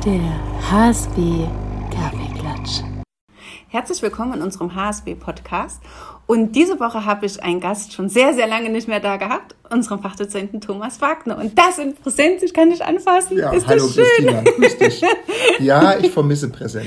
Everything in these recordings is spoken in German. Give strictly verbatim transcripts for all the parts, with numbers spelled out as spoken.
Der H S B Kaffeeklatsch. Herzlich willkommen in unserem H S B-Podcast. Und diese Woche habe ich einen Gast schon sehr, sehr lange nicht mehr da gehabt, unseren Fachdozenten Thomas Wagner. Und das in Präsenz, ich kann dich anfassen. Ja, ist hallo das schön? Christina, grüß dich. Ja, ich vermisse Präsenz.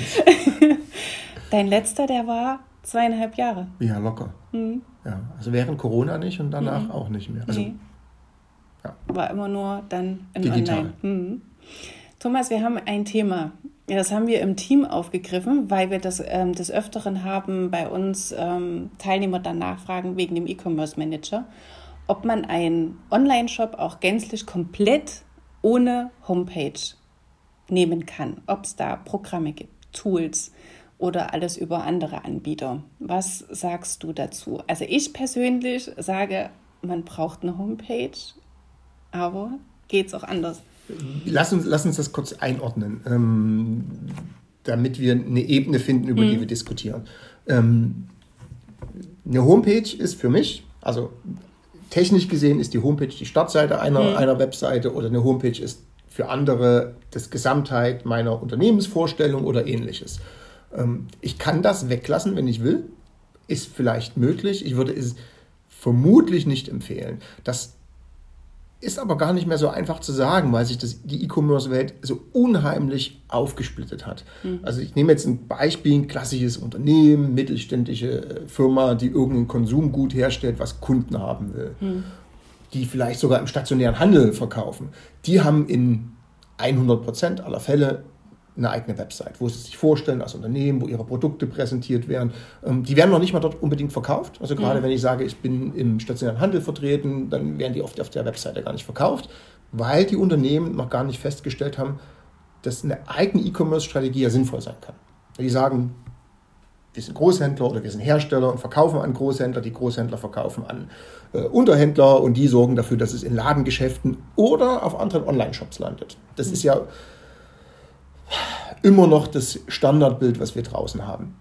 Dein letzter, der war zweieinhalb Jahre. Ja, locker. Mhm. Ja, also während Corona nicht und danach mhm. auch nicht mehr. Also, nee. ja. War immer nur dann in digital. Online. Mhm. Thomas, wir haben ein Thema. Das haben wir im Team aufgegriffen, weil wir das ähm, des Öfteren haben bei uns ähm, Teilnehmer dann nachfragen wegen dem E-Commerce Manager, ob man einen Online-Shop auch gänzlich komplett ohne Homepage nehmen kann. Ob es da Programme gibt, Tools oder alles über andere Anbieter. Was sagst du dazu? Also ich persönlich sage, man braucht eine Homepage, aber geht es auch anders? Lass uns, lass uns das kurz einordnen, ähm, damit wir eine Ebene finden, über mhm. die wir diskutieren. Ähm, eine Homepage ist für mich, also technisch gesehen ist die Homepage die Startseite einer, mhm. einer Webseite, oder eine Homepage ist für andere das Gesamtheit meiner Unternehmensvorstellung oder ähnliches. Ähm, ich kann das weglassen, wenn ich will, ist vielleicht möglich. Ich würde es vermutlich nicht empfehlen. Das ist aber gar nicht mehr so einfach zu sagen, weil sich das, die E-Commerce-Welt so unheimlich aufgesplittet hat. Mhm. Also ich nehme jetzt ein Beispiel, ein klassisches Unternehmen, mittelständische Firma, die irgendein Konsumgut herstellt, was Kunden haben will. Mhm. Die vielleicht sogar im stationären Handel verkaufen. Die haben in hundert Prozent aller Fälle eine eigene Website, wo sie sich vorstellen als Unternehmen, wo ihre Produkte präsentiert werden. Die werden noch nicht mal dort unbedingt verkauft. Also gerade mhm. wenn ich sage, ich bin im stationären Handel vertreten, dann werden die oft auf der Webseite gar nicht verkauft, weil die Unternehmen noch gar nicht festgestellt haben, dass eine eigene E-Commerce-Strategie ja sinnvoll sein kann. Die sagen, wir sind Großhändler oder wir sind Hersteller und verkaufen an Großhändler, die Großhändler verkaufen an äh, Unterhändler und die sorgen dafür, dass es in Ladengeschäften oder auf anderen Online-Shops landet. Das mhm. ist ja immer noch das Standardbild, was wir draußen haben.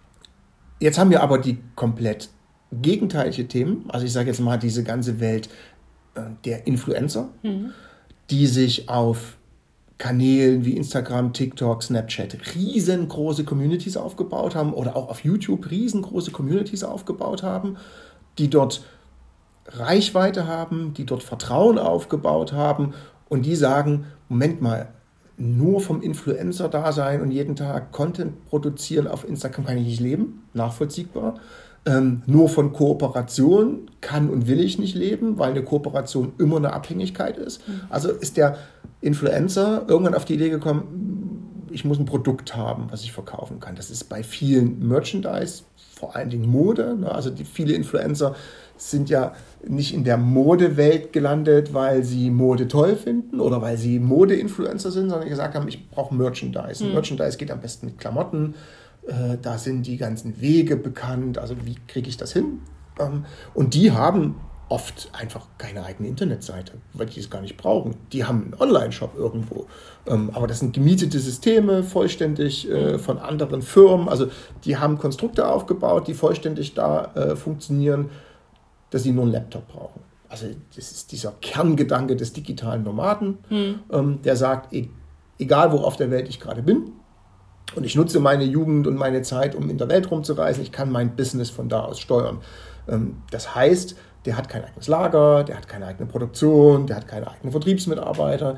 Jetzt haben wir aber die komplett gegenteilige Themen. Also ich sage jetzt mal diese ganze Welt äh, der Influencer, mhm. die sich auf Kanälen wie Instagram, TikTok, Snapchat riesengroße Communities aufgebaut haben oder auch auf YouTube riesengroße Communities aufgebaut haben, die dort Reichweite haben, die dort Vertrauen aufgebaut haben und die sagen, Moment mal, nur vom Influencer-Dasein und jeden Tag Content produzieren auf Instagram kann ich nicht leben, nachvollziehbar. Ähm, nur von Kooperation kann und will ich nicht leben, weil eine Kooperation immer eine Abhängigkeit ist. Mhm. Also ist der Influencer irgendwann auf die Idee gekommen, ich muss ein Produkt haben, was ich verkaufen kann. Das ist bei vielen Merchandise, vor allen Dingen Mode. Ne? Also die, viele Influencer sind ja nicht in der Modewelt gelandet, weil sie Mode toll finden oder weil sie Mode-Influencer sind, sondern gesagt haben, ich brauche Merchandise. Mhm. Merchandise geht am besten mit Klamotten. Äh, da sind die ganzen Wege bekannt. Also wie kriege ich das hin? Ähm, und die haben oft einfach keine eigene Internetseite, weil die es gar nicht brauchen. Die haben einen Online-Shop irgendwo. Ähm, aber das sind gemietete Systeme, vollständig äh, von anderen Firmen. Also die haben Konstrukte aufgebaut, die vollständig da äh, funktionieren, dass sie nur einen Laptop brauchen. Also das ist dieser Kerngedanke des digitalen Nomaden, hm. ähm, der sagt, e- egal wo auf der Welt ich gerade bin, und ich nutze meine Jugend und meine Zeit, um in der Welt rumzureisen, ich kann mein Business von da aus steuern. Ähm, das heißt, der hat kein eigenes Lager, der hat keine eigene Produktion, der hat keine eigenen Vertriebsmitarbeiter,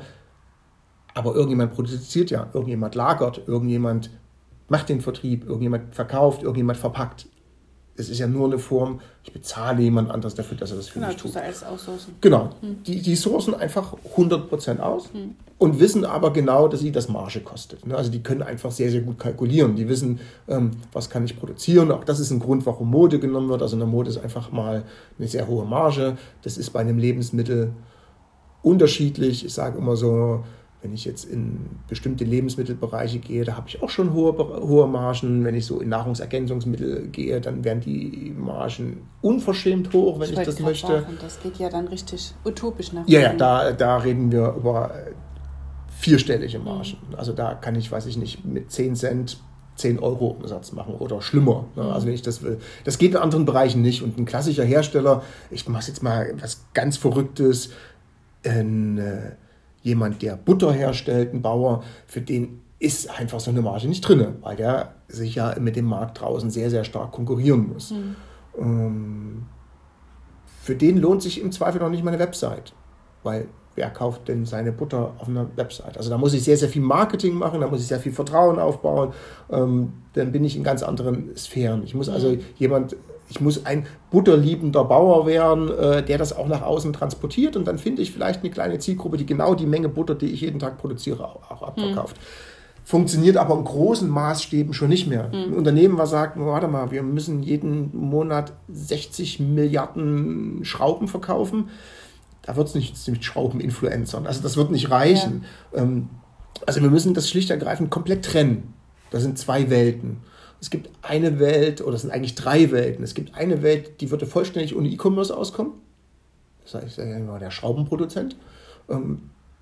aber irgendjemand produziert ja, irgendjemand lagert, irgendjemand macht den Vertrieb, irgendjemand verkauft, irgendjemand verpackt. Es ist ja nur eine Form, ich bezahle jemand anderes dafür, dass er das für genau, mich tut. Genau, du als aussourcen. Genau, hm. die, die sourcen einfach hundert Prozent aus hm. und wissen aber genau, dass sie das Marge kostet. Also die können einfach sehr, sehr gut kalkulieren. Die wissen, ähm, was kann ich produzieren. Auch das ist ein Grund, warum Mode genommen wird. Also eine Mode ist einfach mal eine sehr hohe Marge. Das ist bei einem Lebensmittel unterschiedlich. Ich sage immer so, wenn ich jetzt in bestimmte Lebensmittelbereiche gehe, da habe ich auch schon hohe, hohe Margen. Wenn ich so in Nahrungsergänzungsmittel gehe, dann werden die Margen unverschämt hoch, wenn ich, ich das möchte. Sagen, das geht ja dann richtig utopisch nach. Ja, ja, da, da reden wir über vierstellige Margen. Mhm. Also da kann ich, weiß ich nicht, mit zehn Cent zehn Euro Umsatz machen oder schlimmer. Mhm. Also wenn ich das will. Das geht in anderen Bereichen nicht. Und ein klassischer Hersteller, ich mache jetzt mal was ganz Verrücktes, ein jemand, der Butter herstellt, ein Bauer, für den ist einfach so eine Marge nicht drin, weil der sich ja mit dem Markt draußen sehr, sehr stark konkurrieren muss. Mhm. Ähm, für den lohnt sich im Zweifel noch nicht mal eine Website, weil wer kauft denn seine Butter auf einer Website? Also da muss ich sehr, sehr viel Marketing machen, da muss ich sehr viel Vertrauen aufbauen, ähm, dann bin ich in ganz anderen Sphären. Ich muss also jemand, ich muss ein butterliebender Bauer werden, äh, der das auch nach außen transportiert und dann finde ich vielleicht eine kleine Zielgruppe, die genau die Menge Butter, die ich jeden Tag produziere, auch, auch abverkauft. Mhm. Funktioniert aber in großen Maßstäben schon nicht mehr. Mhm. Ein Unternehmen, was sagt, warte mal, wir müssen jeden Monat sechzig Milliarden Schrauben verkaufen, da wird es nicht mit Schraubeninfluencern. Also das wird nicht reichen. Ja. Ähm, also wir müssen das schlicht und ergreifend komplett trennen. Das sind zwei Welten. Es gibt eine Welt, oder es sind eigentlich drei Welten. Es gibt eine Welt, die würde vollständig ohne E-Commerce auskommen. Das heißt, der Schraubenproduzent. Ähm,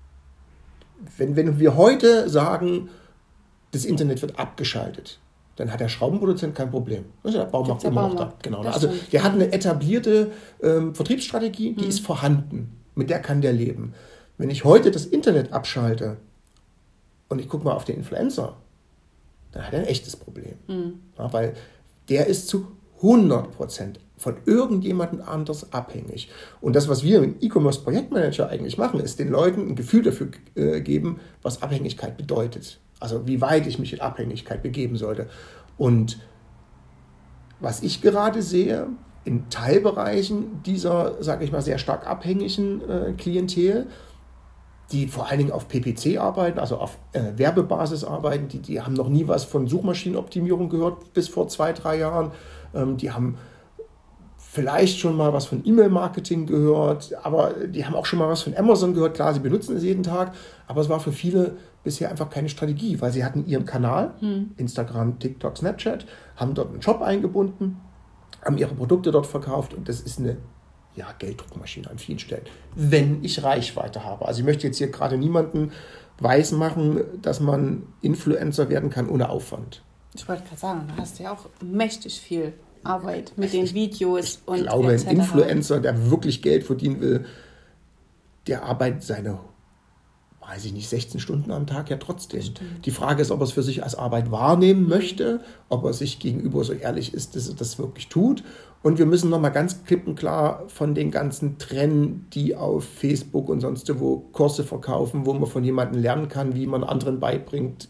wenn, wenn wir heute sagen, das Internet wird abgeschaltet, dann hat der Schraubenproduzent kein Problem. Also der Baumarkt immer noch da. Genau. Also der hat eine etablierte ähm, Vertriebsstrategie, die hm. ist vorhanden. Mit der kann der leben. Wenn ich heute das Internet abschalte und ich gucke mal auf den Influencer, dann hat er ein echtes Problem. Hm. Ja, weil der ist zu hundert Prozent von irgendjemandem anders abhängig. Und das, was wir im E-Commerce-Projektmanager eigentlich machen, ist den Leuten ein Gefühl dafür äh, geben, was Abhängigkeit bedeutet. Also wie weit ich mich in Abhängigkeit begeben sollte. Und was ich gerade sehe, in Teilbereichen dieser, sage ich mal, sehr stark abhängigen äh, Klientel, die vor allen Dingen auf P P C arbeiten, also auf äh, Werbebasis arbeiten, die, die haben noch nie was von Suchmaschinenoptimierung gehört bis vor zwei, drei Jahren. Ähm, die haben vielleicht schon mal was von E-Mail-Marketing gehört, aber die haben auch schon mal was von Amazon gehört. Klar, sie benutzen es jeden Tag, aber es war für viele bisher einfach keine Strategie, weil sie hatten ihren Kanal, hm. Instagram, TikTok, Snapchat, haben dort einen Shop eingebunden, haben ihre Produkte dort verkauft und das ist eine ja, Gelddruckmaschine an vielen Stellen, wenn ich Reichweite habe. Also ich möchte jetzt hier gerade niemanden weismachen, dass man Influencer werden kann ohne Aufwand. Ich wollte gerade sagen, da hast du ja auch mächtig viel Arbeit mit den Videos und Ich glaube, ein Influencer, der wirklich Geld verdienen will, der arbeitet seine, weiß ich nicht, sechzehn Stunden am Tag ja trotzdem. Stimmt. Die Frage ist, ob er es für sich als Arbeit wahrnehmen möchte, ob er sich gegenüber so ehrlich ist, dass er das wirklich tut. Und wir müssen nochmal ganz klipp und klar von den ganzen trennen, die auf Facebook und sonst wo Kurse verkaufen, wo man von jemandem lernen kann, wie man anderen beibringt,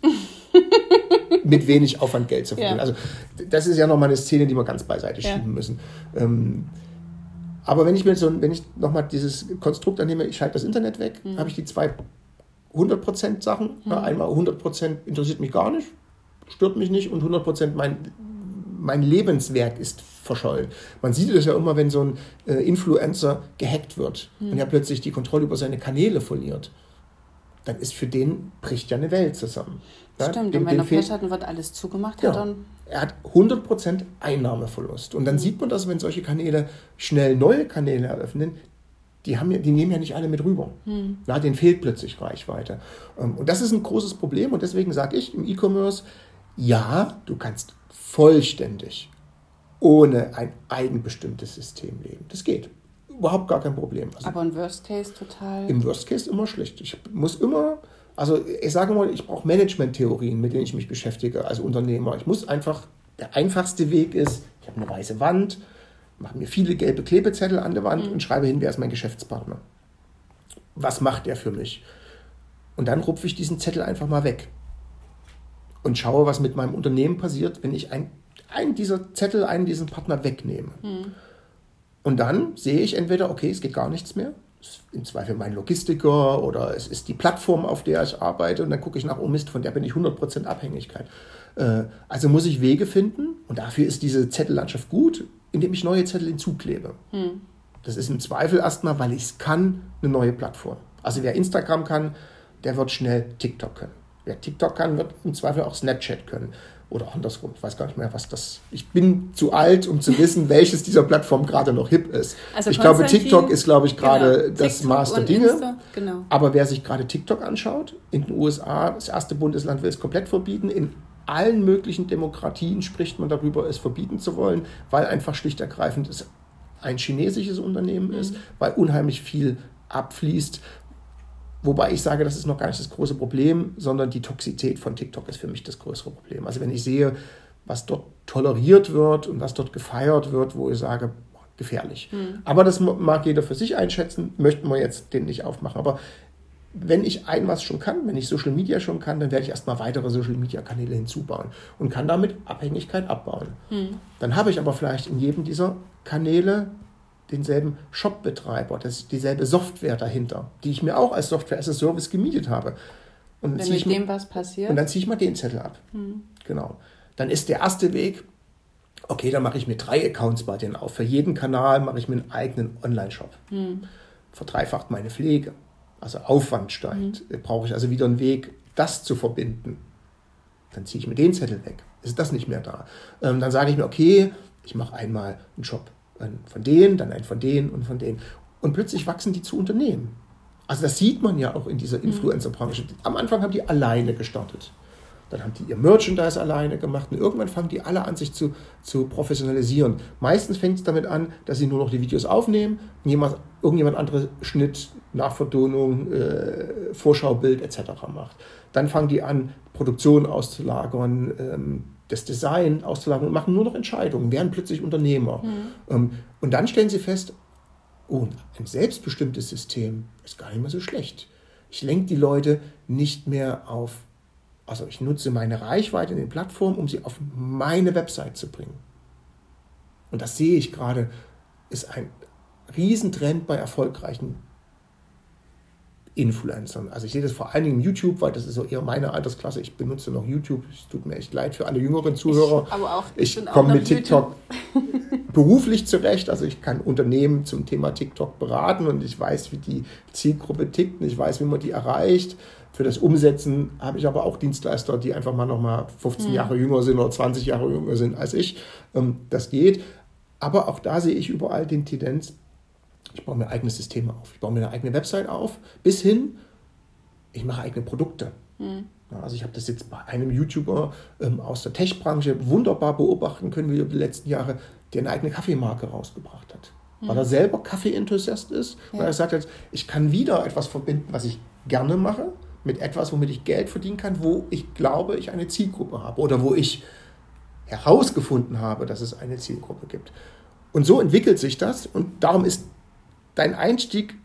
mit wenig Aufwand Geld zu verdienen. Ja. Also das ist ja nochmal eine Szene, die wir ganz beiseite ja. schieben müssen. Ähm, aber wenn ich mir so, wenn ich nochmal dieses Konstrukt annehme, ich schalte das Internet weg, mhm. habe ich die zwei hundert Prozent Sachen. Mhm. Ja, einmal hundert Prozent interessiert mich gar nicht, stört mich nicht und hundert Prozent mein, mein Lebenswerk ist verschollen. Man sieht das ja immer, wenn so ein äh, Influencer gehackt wird mhm. und er plötzlich die Kontrolle über seine Kanäle verliert. Dann ist für den, bricht ja eine Welt zusammen. Ja, stimmt, dem, und wenn er Pech hat und wird alles zugemacht, ja, hat dann... Er hat hundert Prozent Einnahmeverlust. Und dann mhm. sieht man das, wenn solche Kanäle schnell neue Kanäle eröffnen, die, haben ja, die nehmen ja nicht alle mit rüber. Mhm. Na, denen fehlt plötzlich Reichweite. Und das ist ein großes Problem. Und deswegen sage ich im E-Commerce, ja, du kannst vollständig ohne ein eigenbestimmtes System leben. Das geht. Überhaupt gar kein Problem. Also aber im Worst Case total... Im Worst Case immer schlecht. Ich muss immer... Also ich sage mal, ich brauche Management-Theorien, mit denen ich mich beschäftige als Unternehmer. Ich muss einfach... Der einfachste Weg ist, ich habe eine weiße Wand, mache mir viele gelbe Klebezettel an der Wand mhm. und schreibe hin, wer ist mein Geschäftspartner. Was macht er für mich? Und dann rupfe ich diesen Zettel einfach mal weg. Und schaue, was mit meinem Unternehmen passiert, wenn ich ein, einen dieser Zettel, einen dieser Partner wegnehme. Mhm. Und dann sehe ich entweder, okay, es geht gar nichts mehr. Es ist im Zweifel mein Logistiker oder es ist die Plattform, auf der ich arbeite. Und dann gucke ich nach, oh Mist, von der bin ich hundert Prozent Abhängigkeit. Äh, also muss ich Wege finden. Und dafür ist diese Zettellandschaft gut, indem ich neue Zettel hinzuklebe. Hm. Das ist im Zweifel erstmal, weil ich es kann, eine neue Plattform. Also wer Instagram kann, der wird schnell TikTok können. Wer TikTok kann, wird im Zweifel auch Snapchat können. Oder andersrum, ich weiß gar nicht mehr, was das... Ich bin zu alt, um zu wissen, welches dieser Plattformen gerade noch hip ist. Also ich glaube, TikTok ist, glaube ich, gerade genau, das Maß der Dinge. Insta, genau. Aber wer sich gerade TikTok anschaut, in den U S A, das erste Bundesland will es komplett verbieten. In allen möglichen Demokratien spricht man darüber, es verbieten zu wollen, weil einfach schlicht ergreifend es ein chinesisches Unternehmen mhm. ist, weil unheimlich viel abfließt, Wobei ich sage, das ist noch gar nicht das große Problem, sondern die Toxizität von TikTok ist für mich das größere Problem. Also wenn ich sehe, was dort toleriert wird und was dort gefeiert wird, wo ich sage, boah, gefährlich. Mhm. Aber das mag jeder für sich einschätzen, möchten wir jetzt den nicht aufmachen. Aber wenn ich ein was schon kann, wenn ich Social Media schon kann, dann werde ich erstmal weitere Social Media Kanäle hinzubauen und kann damit Abhängigkeit abbauen. Mhm. Dann habe ich aber vielleicht in jedem dieser Kanäle denselben Shop-Betreiber, das ist dieselbe Software dahinter, die ich mir auch als Software as a Service gemietet habe. Und wenn mit dem was passiert? Und dann ziehe ich mal den Zettel ab. Mhm. Genau. Dann ist der erste Weg, okay, dann mache ich mir drei Accounts bei denen auf. Für jeden Kanal mache ich mir einen eigenen Online-Shop. Mhm. Verdreifacht meine Pflege. Also Aufwand steigt. Mhm. Brauche ich also wieder einen Weg, das zu verbinden. Dann ziehe ich mir den Zettel weg. Ist das nicht mehr da? Ähm, dann sage ich mir, okay, ich mache einmal einen Shop von denen, dann einen von denen und von denen. Und plötzlich wachsen die zu Unternehmen. Also das sieht man ja auch in dieser Influencer-Branche. Am Anfang haben die alleine gestartet. Dann haben die ihr Merchandise alleine gemacht und irgendwann fangen die alle an, sich zu, zu professionalisieren. Meistens fängt es damit an, dass sie nur noch die Videos aufnehmen, jemand, irgendjemand anderes Schnitt, Nachverdonung, äh, Vorschaubild et cetera macht. Dann fangen die an, Produktion auszulagern, ähm, das Design auszulagern und machen nur noch Entscheidungen, werden plötzlich Unternehmer. Mhm. Ähm, und dann stellen sie fest, oh, ein selbstbestimmtes System ist gar nicht mehr so schlecht. Ich lenke die Leute nicht mehr auf, also ich nutze meine Reichweite in den Plattformen, um sie auf meine Website zu bringen. Und das sehe ich gerade, ist ein Riesentrend bei erfolgreichen Influencern. Also ich sehe das vor allen Dingen YouTube, weil das ist so eher meine Altersklasse. Ich benutze noch YouTube. Es tut mir echt leid für alle jüngeren Zuhörer. Ich, aber auch, ich, ich komme mit TikTok beruflich zurecht. Also ich kann Unternehmen zum Thema TikTok beraten und ich weiß, wie die Zielgruppe tickt und ich weiß, wie man die erreicht. Für das Umsetzen habe ich aber auch Dienstleister, die einfach mal nochmal fünfzehn mhm. Jahre jünger sind oder zwanzig Jahre jünger sind als ich. Das geht. Aber auch da sehe ich überall den Tendenz, ich baue mir eigene Systeme auf. Ich baue mir eine eigene Website auf, bis hin, ich mache eigene Produkte. Mhm. Also ich habe das jetzt bei einem YouTuber ähm, aus der Tech-Branche wunderbar beobachten können, wie er die letzten Jahre, der eine eigene Kaffeemarke rausgebracht hat. Mhm. Weil er selber Kaffee-Enthusiast ist, ja. Weil er sagt jetzt, ich kann wieder etwas verbinden, was ich gerne mache, mit etwas, womit ich Geld verdienen kann, wo ich glaube, ich eine Zielgruppe habe oder wo ich herausgefunden habe, dass es eine Zielgruppe gibt. Und so entwickelt sich das und darum ist dein Einstieg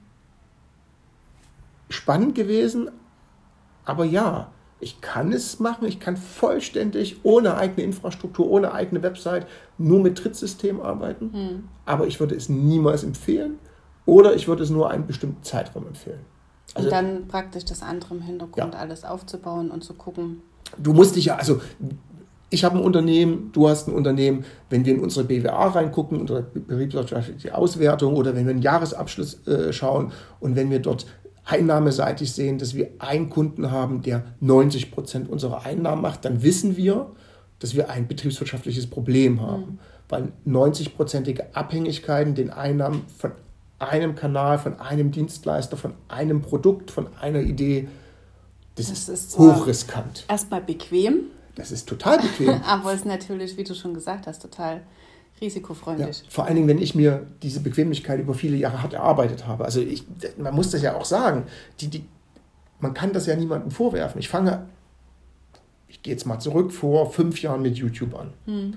spannend gewesen, aber ja, ich kann es machen, ich kann vollständig ohne eigene Infrastruktur, ohne eigene Website, nur mit Trittsystem arbeiten, hm. aber ich würde es niemals empfehlen oder ich würde es nur einen bestimmten Zeitraum empfehlen. Also, und dann praktisch das andere im Hintergrund ja. alles aufzubauen und zu gucken. Du musst dich ja, also ich habe ein Unternehmen, du hast ein Unternehmen, wenn wir in unsere B W A reingucken, unsere betriebswirtschaftliche Auswertung oder wenn wir einen Jahresabschluss äh, schauen und wenn wir dort einnahmeseitig sehen, dass wir einen Kunden haben, der neunzig Prozent unserer Einnahmen macht, dann wissen wir, dass wir ein betriebswirtschaftliches Problem haben, mhm. weil neunzig-prozentige Abhängigkeiten den Einnahmen von einem Kanal, von einem Dienstleister, von einem Produkt, von einer Idee, das, das ist, ist hochriskant. Erstmal bequem. Das ist total bequem. Aber es ist natürlich, wie du schon gesagt hast, total risikofreundlich. Ja, vor allen Dingen, wenn ich mir diese Bequemlichkeit über viele Jahre hart erarbeitet habe. Also ich, man muss das ja auch sagen, die, die, man kann das ja niemandem vorwerfen. Ich fange, ich gehe jetzt mal zurück, vor fünf Jahren mit YouTube an. Hm.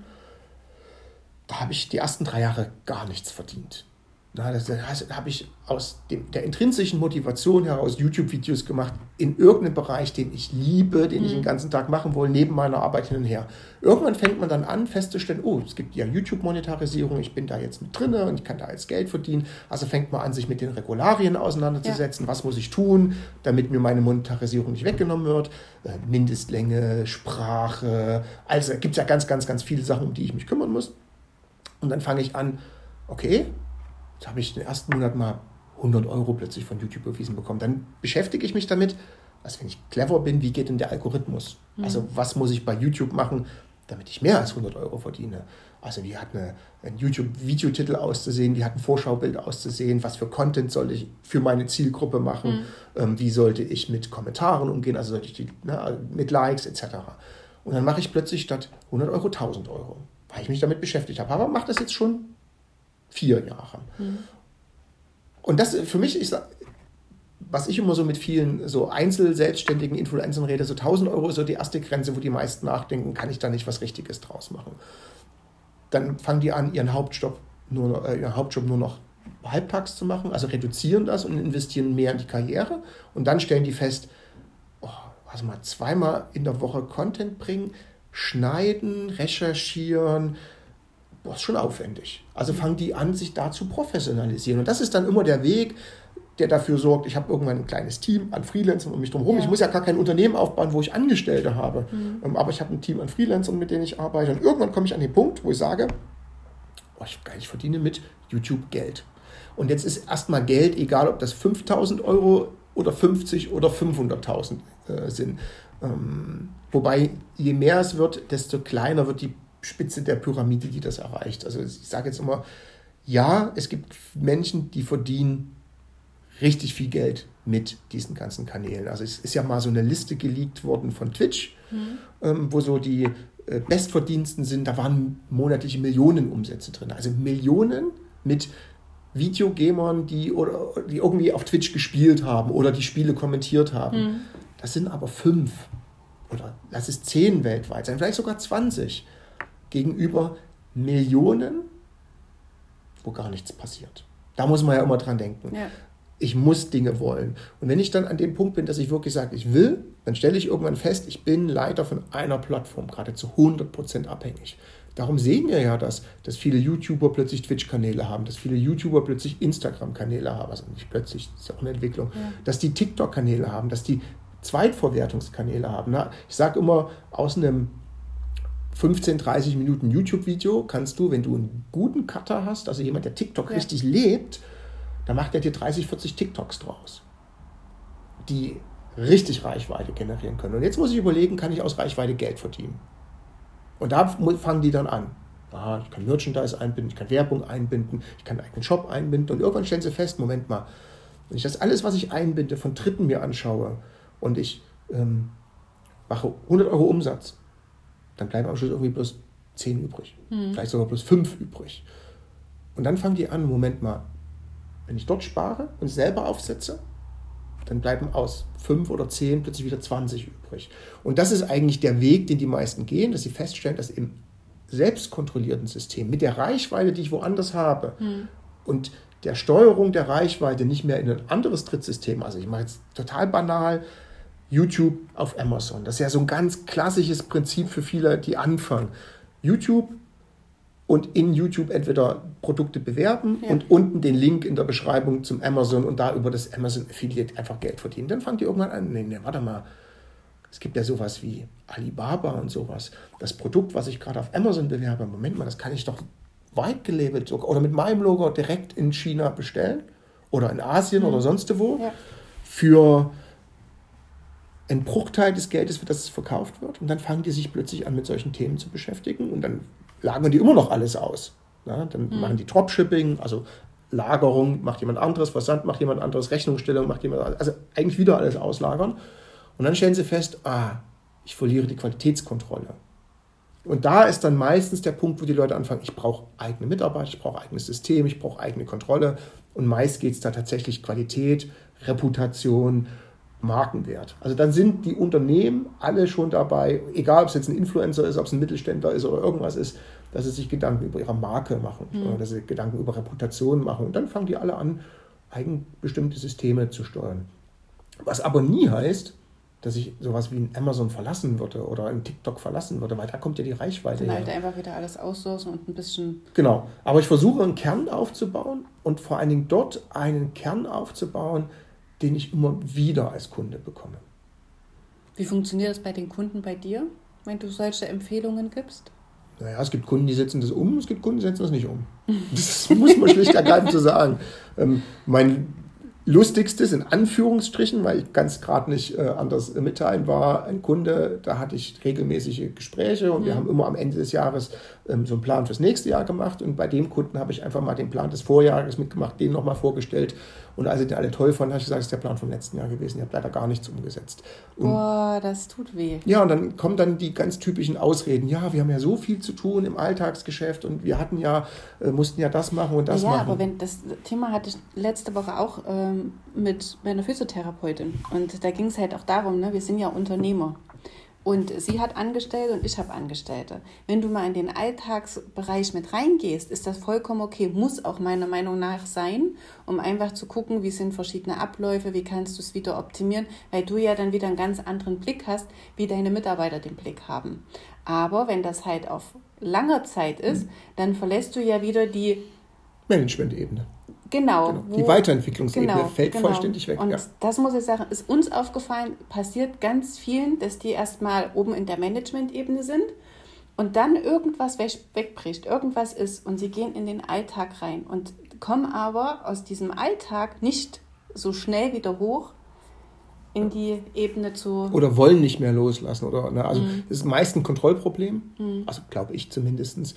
Da habe ich die ersten drei Jahre gar nichts verdient. Na, das heißt, da habe ich aus dem, der intrinsischen Motivation heraus YouTube-Videos gemacht, in irgendeinem Bereich, den ich liebe, den mhm. ich den ganzen Tag machen will, neben meiner Arbeit hin und her. Irgendwann fängt man dann an, festzustellen, oh, es gibt ja YouTube-Monetarisierung, ich bin da jetzt mit drin und ich kann da jetzt Geld verdienen. Also fängt man an, sich mit den Regularien auseinanderzusetzen. Ja. Was muss ich tun, damit mir meine Monetarisierung nicht weggenommen wird? Äh, Mindestlänge, Sprache, also gibt es ja ganz, ganz, ganz viele Sachen, um die ich mich kümmern muss. Und dann fange ich an, okay, jetzt habe ich den ersten Monat mal hundert Euro plötzlich von YouTube überwiesen bekommen. Dann beschäftige ich mich damit, also wenn ich clever bin, wie geht denn der Algorithmus? Mhm. Also was muss ich bei YouTube machen, damit ich mehr als hundert Euro verdiene? Also wie hat eine, ein YouTube-Videotitel auszusehen, wie hat ein Vorschaubild auszusehen, was für Content soll ich für meine Zielgruppe machen, mhm. ähm, wie sollte ich mit Kommentaren umgehen, also sollte ich die, ne, mit Likes et cetera. Und dann mache ich plötzlich statt hundert Euro tausend Euro, weil ich mich damit beschäftigt habe. Aber mache das jetzt schon vier Jahre. Mhm. Und das für mich, ich sag, was ich immer so mit vielen so einzelselbstständigen Influencern rede, so tausend Euro ist so die erste Grenze, wo die meisten nachdenken, kann ich da nicht was Richtiges draus machen. Dann fangen die an, ihren Hauptjob nur noch, äh, ihren Hauptjob nur noch halbtags zu machen, also reduzieren das und investieren mehr in die Karriere. Und dann stellen die fest, oh, also mal zweimal in der Woche Content bringen, schneiden, recherchieren, boah, ist schon aufwendig. Also fangen die an, sich da zu professionalisieren. Und das ist dann immer der Weg, der dafür sorgt, ich habe irgendwann ein kleines Team an Freelancern um mich drum herum. Ja. Ich muss ja gar kein Unternehmen aufbauen, wo ich Angestellte habe. Mhm. Aber ich habe ein Team an Freelancern, mit denen ich arbeite. Und irgendwann komme ich an den Punkt, wo ich sage, oh, ich, ich verdiene mit YouTube Geld. Und jetzt ist erstmal Geld, egal ob das fünftausend Euro oder fünfzig oder fünfhunderttausend äh, sind. Ähm, wobei, je mehr es wird, desto kleiner wird die Spitze der Pyramide, die das erreicht. Also ich sage jetzt immer, ja, es gibt Menschen, die verdienen richtig viel Geld mit diesen ganzen Kanälen. Also es ist ja mal so eine Liste geleakt worden von Twitch, mhm. ähm, wo so die äh, Bestverdiensten sind, da waren monatliche Millionenumsätze drin. Also Millionen mit Videogamern, die, oder, die irgendwie auf Twitch gespielt haben oder die Spiele kommentiert haben. Mhm. Das sind aber fünf oder lass es zehn weltweit sein, vielleicht sogar zwanzig gegenüber Millionen, wo gar nichts passiert. Da muss man ja immer dran denken. Ja. Ich muss Dinge wollen. Und wenn ich dann an dem Punkt bin, dass ich wirklich sage, ich will, dann stelle ich irgendwann fest, ich bin leider von einer Plattform gerade zu hundert Prozent abhängig. Darum sehen wir ja, dass, dass viele YouTuber plötzlich Twitch-Kanäle haben, dass viele YouTuber plötzlich Instagram-Kanäle haben, also nicht plötzlich, das ist ja auch eine Entwicklung, ja. dass die TikTok-Kanäle haben, dass die Zweitverwertungskanäle haben. Na, ich sage immer, aus einem fünfzehn, dreißig Minuten YouTube-Video kannst du, wenn du einen guten Cutter hast, also jemand, der TikTok ja. richtig lebt, dann macht er dir dreißig, vierzig TikToks draus, die richtig Reichweite generieren können. Und jetzt muss ich überlegen, kann ich aus Reichweite Geld verdienen? Und da fangen die dann an. Ah, ich kann Merchandise einbinden, ich kann Werbung einbinden, ich kann einen eigenen Shop einbinden. Und irgendwann stellen sie fest, Moment mal, wenn ich das alles, was ich einbinde, von Dritten mir anschaue und ich ähm, mache hundert Euro Umsatz, dann bleiben am Schluss irgendwie bloß zehn übrig. Mhm. Vielleicht sogar bloß fünf übrig. Und dann fangen die an, Moment mal, wenn ich dort spare und selber aufsetze, dann bleiben aus fünf oder zehn plötzlich wieder zwanzig übrig. Und das ist eigentlich der Weg, den die meisten gehen, dass sie feststellen, dass im selbstkontrollierten System mit der Reichweite, die ich woanders habe hm. und der Steuerung der Reichweite nicht mehr in ein anderes Drittsystem, also ich mache jetzt total banal, YouTube auf Amazon. Das ist ja so ein ganz klassisches Prinzip für viele, die anfangen. YouTube und in YouTube entweder Produkte bewerben ja. und unten den Link in der Beschreibung zum Amazon und da über das Amazon Affiliate einfach Geld verdienen. Dann fangt ihr irgendwann an, nee, nee, warte mal, es gibt ja sowas wie Alibaba und sowas. Das Produkt, was ich gerade auf Amazon bewerbe, Moment mal, das kann ich doch weit gelabelt oder mit meinem Logo direkt in China bestellen oder in Asien mhm. oder sonst wo ja. für einen Bruchteil des Geldes, für das es verkauft wird. Und dann fangen die sich plötzlich an, mit solchen Themen zu beschäftigen und dann lagern die immer noch alles aus. Ja, dann mhm. machen die Dropshipping, also Lagerung macht jemand anderes, Versand macht jemand anderes, Rechnungsstellung macht jemand anderes, also eigentlich wieder alles auslagern. Und dann stellen sie fest, ah, ich verliere die Qualitätskontrolle. Und da ist dann meistens der Punkt, wo die Leute anfangen, ich brauche eigene Mitarbeiter, ich brauche eigenes System, ich brauche eigene Kontrolle. Und meist geht es da tatsächlich Qualität, Reputation, Markenwert. Also dann sind die Unternehmen alle schon dabei, egal ob es jetzt ein Influencer ist, ob es ein Mittelständler ist oder irgendwas ist, dass sie sich Gedanken über ihre Marke machen, mhm. oder dass sie Gedanken über Reputation machen. Und dann fangen die alle an, eigenbestimmte Systeme zu steuern. Was aber nie heißt, dass ich sowas wie ein Amazon verlassen würde oder ein TikTok verlassen würde, weil da kommt ja die Reichweite her. Dann halt einfach wieder alles aussourcen und ein bisschen... Genau, aber ich versuche einen Kern aufzubauen und vor allen Dingen dort einen Kern aufzubauen, den ich immer wieder als Kunde bekomme. Wie funktioniert das bei den Kunden bei dir, wenn du solche Empfehlungen gibst? Naja, es gibt Kunden, die setzen das um, es gibt Kunden, die setzen das nicht um. Das muss man schlicht ergreifend so sagen. Ähm, mein lustigstes, in Anführungsstrichen, weil ich ganz gerade nicht äh, anders mitteilen war, ein Kunde, da hatte ich regelmäßige Gespräche und mhm. wir haben immer am Ende des Jahres ähm, so einen Plan fürs nächste Jahr gemacht und bei dem Kunden habe ich einfach mal den Plan des Vorjahres mitgemacht, den nochmal vorgestellt Und als sie den alle toll fanden, habe ich gesagt, das ist der Plan vom letzten Jahr gewesen. Ihr habt leider gar nichts umgesetzt. Und boah, das tut weh. ja, und dann kommen dann die ganz typischen Ausreden. Ja, wir haben ja so viel zu tun im Alltagsgeschäft und wir hatten ja, äh, mussten ja das machen und das ja, machen. Ja, aber wenn das Thema hatte ich letzte Woche auch ähm, mit meiner Physiotherapeutin. Und da ging es halt auch darum, ne, wir sind ja Unternehmer. Und sie hat Angestellte und ich habe Angestellte. Wenn du mal in den Alltagsbereich mit reingehst, ist das vollkommen okay. Muss auch meiner Meinung nach sein, um einfach zu gucken, wie sind verschiedene Abläufe, wie kannst du es wieder optimieren, weil du ja dann wieder einen ganz anderen Blick hast, wie deine Mitarbeiter den Blick haben. Aber wenn das halt auf langer Zeit ist, dann verlässt du ja wieder die Management-Ebene. Genau. genau. Wo, die Weiterentwicklungsebene genau, fällt genau. vollständig weg. Und ja. das muss ich sagen, ist uns aufgefallen, passiert ganz vielen, dass die erstmal oben in der Management-Ebene sind und dann irgendwas weg, wegbricht, irgendwas ist und sie gehen in den Alltag rein und kommen aber aus diesem Alltag nicht so schnell wieder hoch in die Ebene zu... Oder wollen nicht mehr loslassen. Oder, ne, also Mhm. das ist meist ein Kontrollproblem, mhm. also glaube ich zumindest.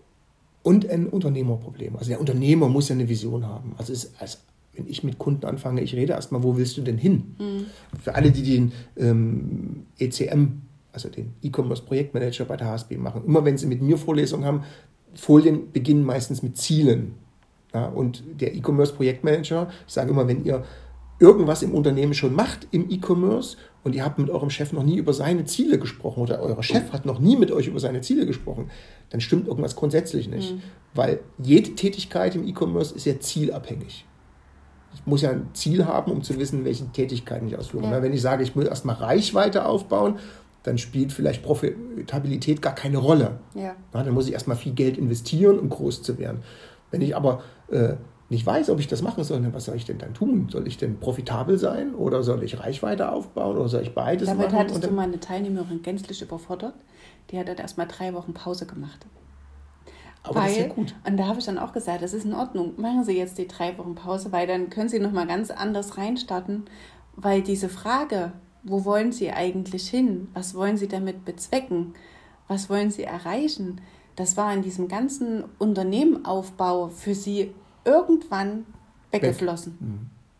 Und ein Unternehmerproblem. Also der Unternehmer muss ja eine Vision haben. Also es, als, wenn ich mit Kunden anfange, ich rede erstmal, wo willst du denn hin? Mhm. Für alle, die den ähm, E C M, also den E-Commerce-Projektmanager bei der H S B machen, immer wenn sie mit mir Vorlesungen haben, Folien beginnen meistens mit Zielen. Ja, und der E-Commerce-Projektmanager, ich sage immer, wenn ihr irgendwas im Unternehmen schon macht im E-Commerce und ihr habt mit eurem Chef noch nie über seine Ziele gesprochen oder euer Chef hat noch nie mit euch über seine Ziele gesprochen, dann stimmt irgendwas grundsätzlich nicht. Mhm. Weil jede Tätigkeit im E-Commerce ist ja zielabhängig. Ich muss ja ein Ziel haben, um zu wissen, welche Tätigkeiten ich ausführe. Ja. Wenn ich sage, ich will erstmal Reichweite aufbauen, dann spielt vielleicht Profitabilität gar keine Rolle. Ja. Na, dann muss ich erstmal viel Geld investieren, um groß zu werden. Wenn ich aber äh, nicht weiß, ob ich das machen soll, was soll ich denn dann tun? Soll ich denn profitabel sein oder soll ich Reichweite aufbauen oder soll ich beides Damit machen? Damit hattest du meine Teilnehmerin gänzlich überfordert. Die hat dann erstmal drei Wochen Pause gemacht. Aber weil, das ist ja gut. Und da habe ich dann auch gesagt, das ist in Ordnung. Machen Sie jetzt die drei Wochen Pause, weil dann können Sie nochmal ganz anders reinstarten. Weil diese Frage, wo wollen Sie eigentlich hin? Was wollen Sie damit bezwecken? Was wollen Sie erreichen? Das war in diesem ganzen Unternehmenaufbau für Sie irgendwann weggeflossen. Weg. Mhm.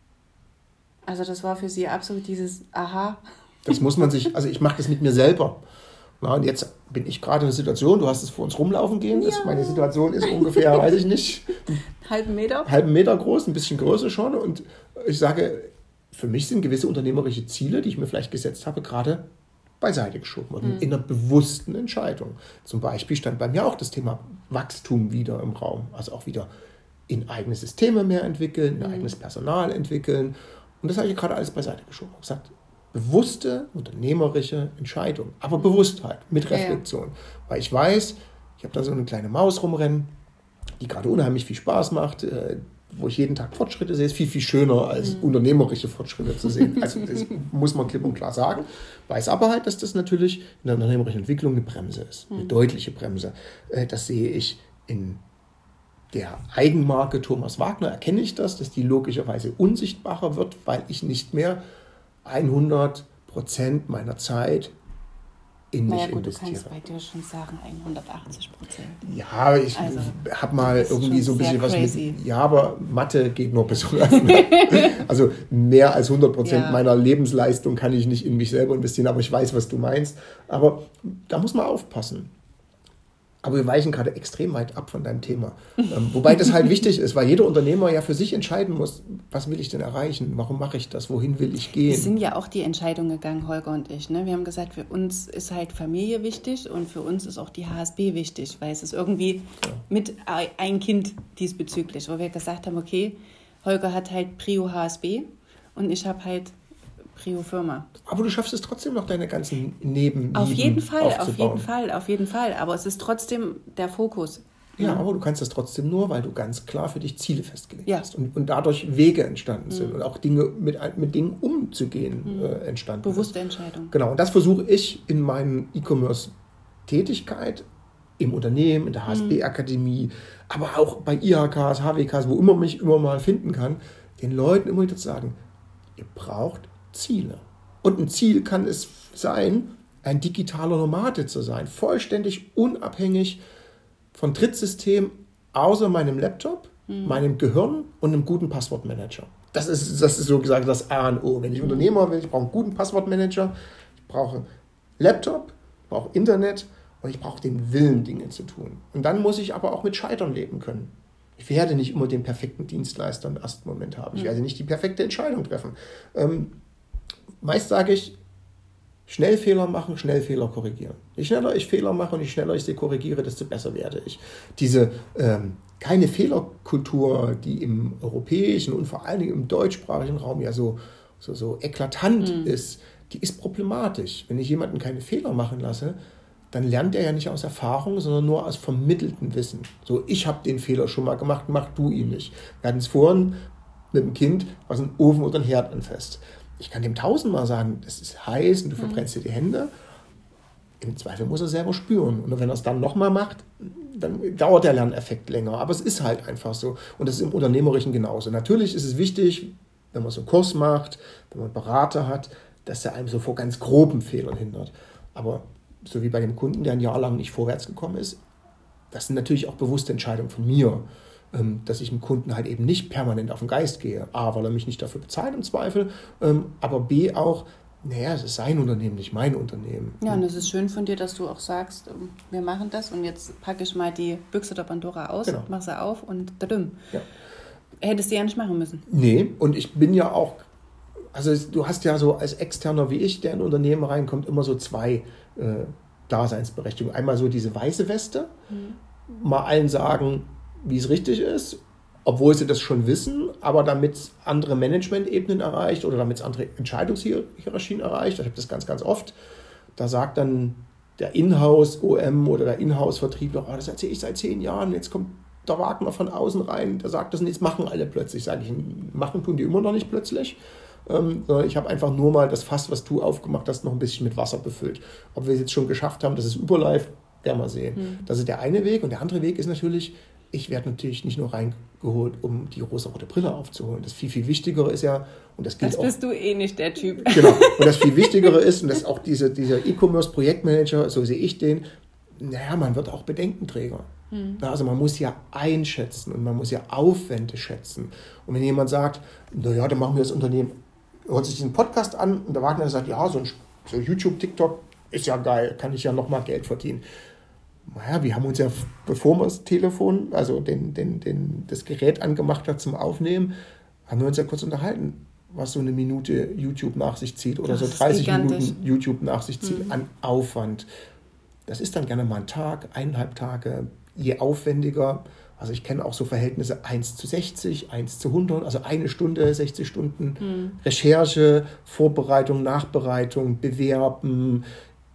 Also das war für sie absolut dieses Aha. Das muss man sich, also ich mache das mit mir selber. Na, und jetzt bin ich gerade in einer Situation, du hast es vor uns rumlaufen gehen, ja. das, meine Situation ist ungefähr, weiß ich nicht, halben Meter? halben Meter groß, ein bisschen größer schon. Und ich sage, für mich sind gewisse unternehmerische Ziele, die ich mir vielleicht gesetzt habe, gerade beiseite geschoben und mhm. in einer bewussten Entscheidung. Zum Beispiel stand bei mir auch das Thema Wachstum wieder im Raum, also auch wieder in eigene Systeme mehr entwickeln, in mhm. eigenes Personal entwickeln. Und das habe ich gerade alles beiseite geschoben. Ich habe gesagt, bewusste, unternehmerische Entscheidung, aber Bewusstheit mit Reflexion. Ja. Weil ich weiß, ich habe da so eine kleine Maus rumrennen, die gerade unheimlich viel Spaß macht, äh, wo ich jeden Tag Fortschritte sehe, ist viel, viel schöner als mhm. unternehmerische Fortschritte zu sehen. Also das muss man klipp und klar sagen. Weiß aber halt, dass das natürlich in der unternehmerischen Entwicklung eine Bremse ist, eine mhm. deutliche Bremse. Äh, das sehe ich in der Eigenmarke Thomas Wagner, erkenne ich das, dass die logischerweise unsichtbarer wird, weil ich nicht mehr hundert Prozent meiner Zeit in naja, mich gut, investiere. Du kannst bei dir schon sagen hundertachtzig Prozent. Ja, ich also, habe mal irgendwie so ein bisschen was crazy. mit... Ja, aber Mathe geht nur bis hundert. Also mehr als hundert Prozent ja. meiner Lebensleistung kann ich nicht in mich selber investieren, aber ich weiß, was du meinst. Aber da muss man aufpassen. Aber wir weichen gerade extrem weit ab von deinem Thema. Ähm, wobei das halt wichtig ist, weil jeder Unternehmer ja für sich entscheiden muss, was will ich denn erreichen, warum mache ich das, wohin will ich gehen. Wir sind ja auch die Entscheidung gegangen, Holger und ich. Ne? Wir haben gesagt, für uns ist halt Familie wichtig und für uns ist auch die H S B wichtig, weil es ist irgendwie ja. mit ein Kind diesbezüglich, wo wir gesagt haben, okay, Holger hat halt Prio H S B und ich habe halt Prio Firma. Aber du schaffst es trotzdem noch, deine ganzen Neben Auf jeden Fall, auf jeden Fall, auf jeden Fall. Aber es ist trotzdem der Fokus. Ja, ja, aber du kannst das trotzdem nur, weil du ganz klar für dich Ziele festgelegt ja. hast und, und dadurch Wege entstanden mhm. sind und auch Dinge mit, mit Dingen umzugehen mhm. äh, entstanden Bewusste ist. Entscheidung. Genau, und das versuche ich in meiner E-Commerce-Tätigkeit im Unternehmen, in der H S B-Akademie, mhm. aber auch bei I H Ks, H W Ks, wo immer mich immer mal finden kann, den Leuten immer wieder zu sagen, ihr braucht Ziele. Und ein Ziel kann es sein, ein digitaler Nomade zu sein, vollständig unabhängig von Drittsystem, außer meinem Laptop, mhm. meinem Gehirn und einem guten Passwortmanager. Das ist, das ist so gesagt das A und O. Wenn ich Unternehmer will, ich brauche einen guten Passwortmanager, ich brauche Laptop, ich brauche Internet und ich brauche den Willen, Dinge zu tun. Und dann muss ich aber auch mit Scheitern leben können. Ich werde nicht immer den perfekten Dienstleister im ersten Moment haben. Ich werde nicht die perfekte Entscheidung treffen. Ähm, meist sage ich, schnell Fehler machen, schnell Fehler korrigieren. Je schneller ich Fehler mache und je schneller ich sie korrigiere, desto besser werde ich. Diese ähm, keine Fehlerkultur, die im europäischen und vor allen Dingen im deutschsprachigen Raum ja so, so, so eklatant mhm. ist, die ist problematisch. Wenn ich jemanden keine Fehler machen lasse, dann lernt er ja nicht aus Erfahrung, sondern nur aus vermitteltem Wissen. So, ich habe den Fehler schon mal gemacht, mach du ihn nicht. Wir hatten es vorhin mit dem Kind, was einen Ofen oder einen Herd anfasst. Ich kann dem tausendmal sagen, das ist heiß und du verbrennst dir die Hände. Im Zweifel muss er selber spüren. Und wenn er es dann nochmal macht, dann dauert der Lerneffekt länger. Aber es ist halt einfach so. Und das ist im Unternehmerischen genauso. Natürlich ist es wichtig, wenn man so einen Kurs macht, wenn man einen Berater hat, dass er einem so vor ganz groben Fehlern hindert. Aber so wie bei dem Kunden, der ein Jahr lang nicht vorwärts gekommen ist, das sind natürlich auch bewusste Entscheidungen von mir, dass ich dem Kunden halt eben nicht permanent auf den Geist gehe. A, weil er mich nicht dafür bezahlt im Zweifel, aber B auch, naja, es ist sein Unternehmen, nicht mein Unternehmen. Ja, und es ist schön von dir, dass du auch sagst, wir machen das und jetzt packe ich mal die Büchse der Pandora aus, genau. Mache sie auf und dadum. Ja. Hättest du ja nicht machen müssen. Nee, und ich bin ja auch, also du hast ja so als Externer wie ich, der in ein Unternehmen reinkommt, immer so zwei äh, Daseinsberechtigungen. Einmal so diese weiße Weste, mhm. mal allen sagen, wie es richtig ist, obwohl sie das schon wissen, aber damit es andere Management-Ebenen erreicht oder damit es andere Entscheidungshierarchien erreicht. Ich habe das ganz, ganz oft. Da sagt dann der Inhouse-O M oder der Inhouse-Vertriebler, oh, das erzähle ich seit zehn Jahren, jetzt kommt der Wagner von außen rein, der sagt das und jetzt machen alle plötzlich. Sage ich, machen tun die immer noch nicht plötzlich. Ähm, ich habe einfach nur mal das Fass, was du aufgemacht hast, noch ein bisschen mit Wasser befüllt. Ob wir es jetzt schon geschafft haben, dass es überläuft, werden wir sehen. Mhm. Das ist der eine Weg. Und der andere Weg ist natürlich, ich werde natürlich nicht nur reingeholt, um die rosa-rote Brille aufzuholen. Das viel, viel Wichtigere ist ja, und das gilt das auch... bist du eh nicht der Typ. Genau. Und das viel Wichtigere ist, und das ist auch diese, dieser E-Commerce-Projektmanager, so sehe ich den, naja, man wird auch Bedenkenträger. Hm. Also man muss ja einschätzen und man muss ja Aufwände schätzen. Und wenn jemand sagt, naja, dann machen wir das Unternehmen, hört sich diesen Podcast an und der Wagner sagt, ja, so ein so YouTube, TikTok ist ja geil, kann ich ja nochmal Geld verdienen. Naja, wir haben uns ja, bevor man das Telefon, also den, den, den, das Gerät angemacht hat zum Aufnehmen, haben wir uns ja kurz unterhalten, was so eine Minute YouTube nach sich zieht oder so dreißig Minuten YouTube nach sich zieht mhm. an Aufwand. Das ist dann gerne mal ein Tag, eineinhalb Tage, je aufwendiger. Also ich kenne auch so Verhältnisse eins zu sechzig, eins zu hundert, also eine Stunde, sechzig Stunden mhm. Recherche, Vorbereitung, Nachbereitung, Bewerben.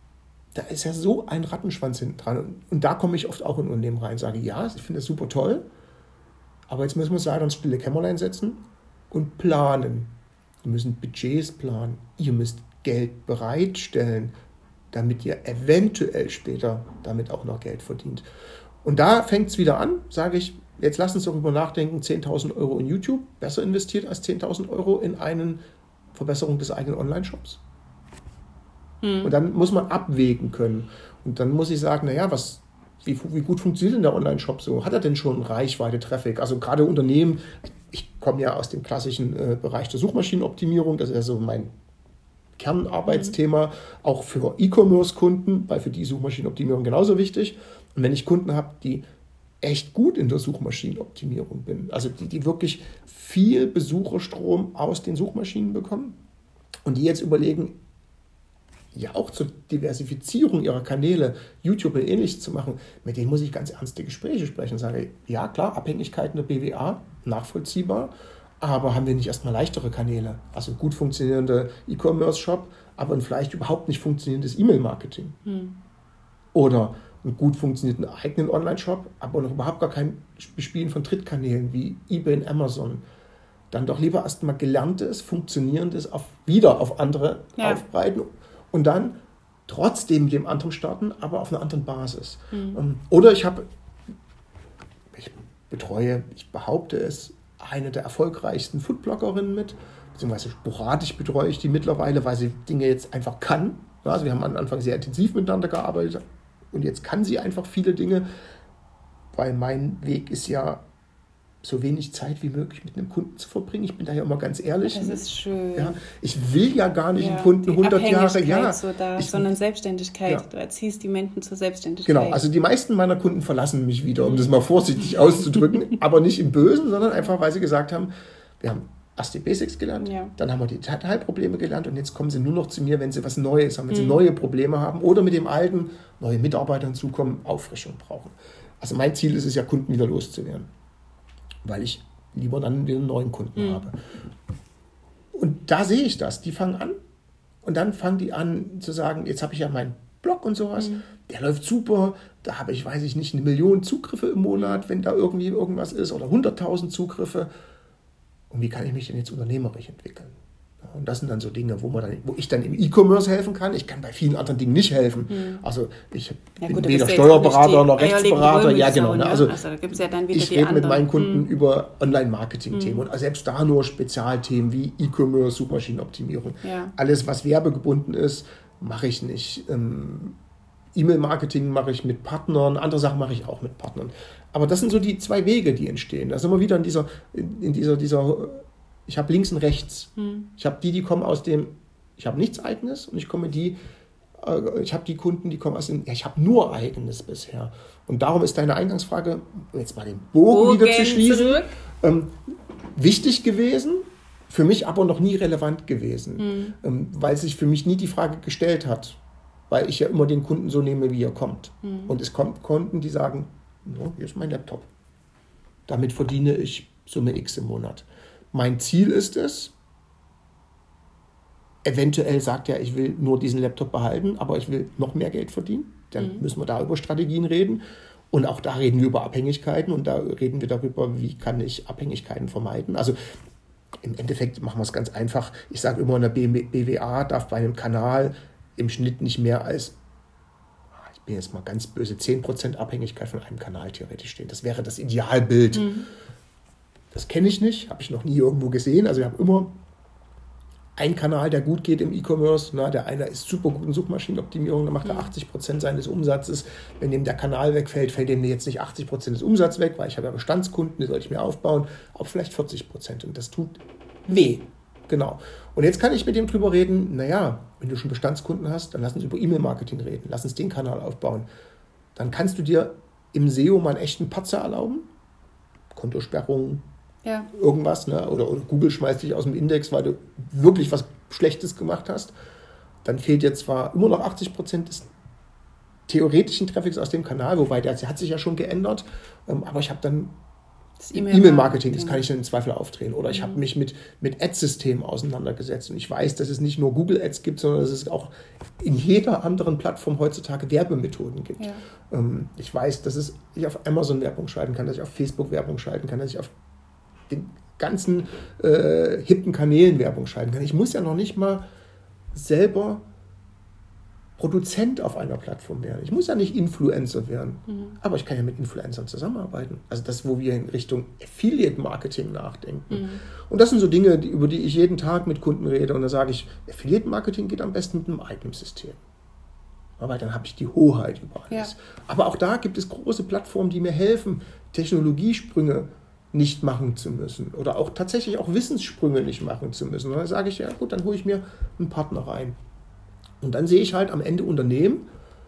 Da ist ja so ein Rattenschwanz hinten dran. Und da komme ich oft auch in Unternehmen rein und sage, ja, ich finde das super toll, aber jetzt müssen wir uns leider ins stille Kämmerlein setzen und planen. Wir müssen Budgets planen. Ihr müsst Geld bereitstellen, damit ihr eventuell später damit auch noch Geld verdient. Und da fängt es wieder an, sage ich, jetzt lass uns darüber nachdenken, zehntausend Euro in YouTube, besser investiert als zehntausend Euro in eine Verbesserung des eigenen Online-Shops. Hm. Und dann muss man abwägen können. Und dann muss ich sagen, naja, was, wie, wie gut funktioniert denn der Online-Shop so? Hat er denn schon Reichweite, Traffic? Also gerade Unternehmen, ich komme ja aus dem klassischen äh, Bereich der Suchmaschinenoptimierung, das ist ja so mein Kernarbeitsthema, mhm. auch für E-Commerce-Kunden, weil für die Suchmaschinenoptimierung genauso wichtig. Und wenn ich Kunden habe, die echt gut in der Suchmaschinenoptimierung bin, also die, die wirklich viel Besucherstrom aus den Suchmaschinen bekommen und die jetzt überlegen, ja auch zur Diversifizierung ihrer Kanäle, YouTube und Ähnliches zu machen, mit denen muss ich ganz ernste Gespräche sprechen und sage, ja klar, Abhängigkeiten der B W A, nachvollziehbar, aber haben wir nicht erstmal leichtere Kanäle, also gut funktionierende E-Commerce-Shop, aber ein vielleicht überhaupt nicht funktionierendes E-Mail-Marketing. Hm. Oder einen gut funktionierenden eigenen Online-Shop, aber noch überhaupt gar kein Bespielen von Drittkanälen wie eBay und Amazon. Dann doch lieber erstmal gelerntes, funktionierendes auf, wieder auf andere ja. aufbreiten und dann trotzdem mit dem anderen starten, aber auf einer anderen Basis. Mhm. Oder ich habe, ich betreue, ich behaupte es, eine der erfolgreichsten Foodbloggerinnen mit, beziehungsweise sporadisch betreue ich die mittlerweile, weil sie Dinge jetzt einfach kann. Also wir haben am Anfang sehr intensiv miteinander gearbeitet und jetzt kann sie einfach viele Dinge, weil mein Weg ist ja so wenig Zeit wie möglich mit einem Kunden zu verbringen. Ich bin da ja immer ganz ehrlich. Das ist schön. Ja, ich will ja gar nicht ja, einen Kunden hundert Jahre, ja, so da, ich, sondern Selbstständigkeit. Ja. Du erziehst die Menschen zur Selbstständigkeit. Genau, also die meisten meiner Kunden verlassen mich wieder, um das mal vorsichtig auszudrücken, aber nicht im Bösen, sondern einfach, weil sie gesagt haben, wir haben erst die Basics gelernt, ja. dann haben wir die Teilprobleme gelernt und jetzt kommen sie nur noch zu mir, wenn sie was Neues haben, wenn mhm. sie neue Probleme haben oder mit dem Alten neue Mitarbeiter hinzukommen, Auffrischung brauchen. Also mein Ziel ist es ja, Kunden wieder loszuwerden, weil ich lieber dann wieder einen neuen Kunden mhm. habe. Und da sehe ich das, die fangen an und dann fangen die an zu sagen, jetzt habe ich ja meinen Blog und sowas, mhm. der läuft super, da habe ich, weiß ich nicht, eine Million Zugriffe im Monat, wenn da irgendwie irgendwas ist oder hunderttausend Zugriffe. Und wie kann ich mich denn jetzt unternehmerisch entwickeln? Und das sind dann so Dinge, wo, man dann, wo ich dann im E-Commerce helfen kann. Ich kann bei vielen anderen Dingen nicht helfen. Hm. Also ich ja, bin gut, weder Steuerberater noch Rechtsberater. Ja, genau. Ne? Also, also da gibt's ja dann wieder ich rede mit meinen Kunden hm. über Online-Marketing-Themen hm. und selbst da nur Spezialthemen wie E-Commerce, Suchmaschinenoptimierung. Ja. Alles, was werbegebunden ist, mache ich nicht. Ähm, E-Mail-Marketing mache ich mit Partnern, andere Sachen mache ich auch mit Partnern. Aber das sind so die zwei Wege, die entstehen. Da sind wir wieder in dieser, in dieser, dieser ich habe links und rechts. Hm. Ich habe die, die kommen aus dem, ich habe nichts Eigenes und ich komme die, äh, ich habe die Kunden, die kommen aus dem, ja, ich habe nur Eigenes bisher. Und darum ist deine Eingangsfrage, jetzt mal den Bogen, Bogen wieder zu schließen, ähm, wichtig gewesen, für mich aber noch nie relevant gewesen, hm. ähm, weil sich für mich nie die Frage gestellt hat, weil ich ja immer den Kunden so nehme, wie er kommt. Hm. Und es kommt Kunden, die sagen, no, hier ist mein Laptop. Damit verdiene ich Summe X im Monat. Mein Ziel ist es, eventuell sagt er, ich will nur diesen Laptop behalten, aber ich will noch mehr Geld verdienen. Dann mhm. müssen wir da über Strategien reden. Und auch da reden wir über Abhängigkeiten und da reden wir darüber, wie kann ich Abhängigkeiten vermeiden. Also im Endeffekt machen wir es ganz einfach. Ich sage immer, in der B W A darf bei einem Kanal im Schnitt nicht mehr als, ich bin jetzt mal ganz böse, zehn Prozent Abhängigkeit von einem Kanal theoretisch stehen. Das wäre das Idealbild. Mhm. Das kenne ich nicht, habe ich noch nie irgendwo gesehen. Also wir haben immer einen Kanal, der gut geht im E-Commerce. Na, der eine ist super gut in Suchmaschinenoptimierung, da macht er achtzig Prozent seines Umsatzes. Wenn dem der Kanal wegfällt, fällt dem jetzt nicht achtzig Prozent des Umsatzes weg, weil ich habe ja Bestandskunden, die soll ich mir aufbauen, aber vielleicht vierzig Prozent. Und das tut weh. Genau. Und jetzt kann ich mit dem drüber reden, naja, wenn du schon Bestandskunden hast, dann lass uns über E-Mail-Marketing reden, lass uns den Kanal aufbauen. Dann kannst du dir im S E O mal einen echten Patzer erlauben. Kontosperrung, ja. irgendwas, ne? oder, oder Google schmeißt dich aus dem Index, weil du wirklich was Schlechtes gemacht hast. Dann fehlt dir zwar immer noch achtzig Prozent des theoretischen Traffics aus dem Kanal, wobei der hat sich ja schon geändert, aber ich habe dann das E-Mail-Marketing, das kann ich dann im Zweifel aufdrehen. Oder ich mhm. habe mich mit, mit Ad-Systemen auseinandergesetzt und ich weiß, dass es nicht nur Google Ads gibt, sondern dass es auch in jeder anderen Plattform heutzutage Werbemethoden gibt. Ja. Ähm, ich weiß, dass es, ich auf Amazon Werbung schalten kann, dass ich auf Facebook Werbung schalten kann, dass ich auf den ganzen äh, hippen Kanälen Werbung schalten kann. Ich muss ja noch nicht mal selber Produzent auf einer Plattform werden. Ich muss ja nicht Influencer werden, mhm. aber ich kann ja mit Influencern zusammenarbeiten. Also das, wo wir in Richtung Affiliate-Marketing nachdenken. Mhm. Und das sind so Dinge, die, über die ich jeden Tag mit Kunden rede und da sage ich, Affiliate-Marketing geht am besten mit einem eigenen System. Aber dann habe ich die Hoheit über alles. Ja. Aber auch da gibt es große Plattformen, die mir helfen, Technologiesprünge nicht machen zu müssen oder auch tatsächlich auch Wissenssprünge nicht machen zu müssen. Und dann sage ich, ja gut, dann hole ich mir einen Partner rein. Und dann sehe ich halt am Ende Unternehmen,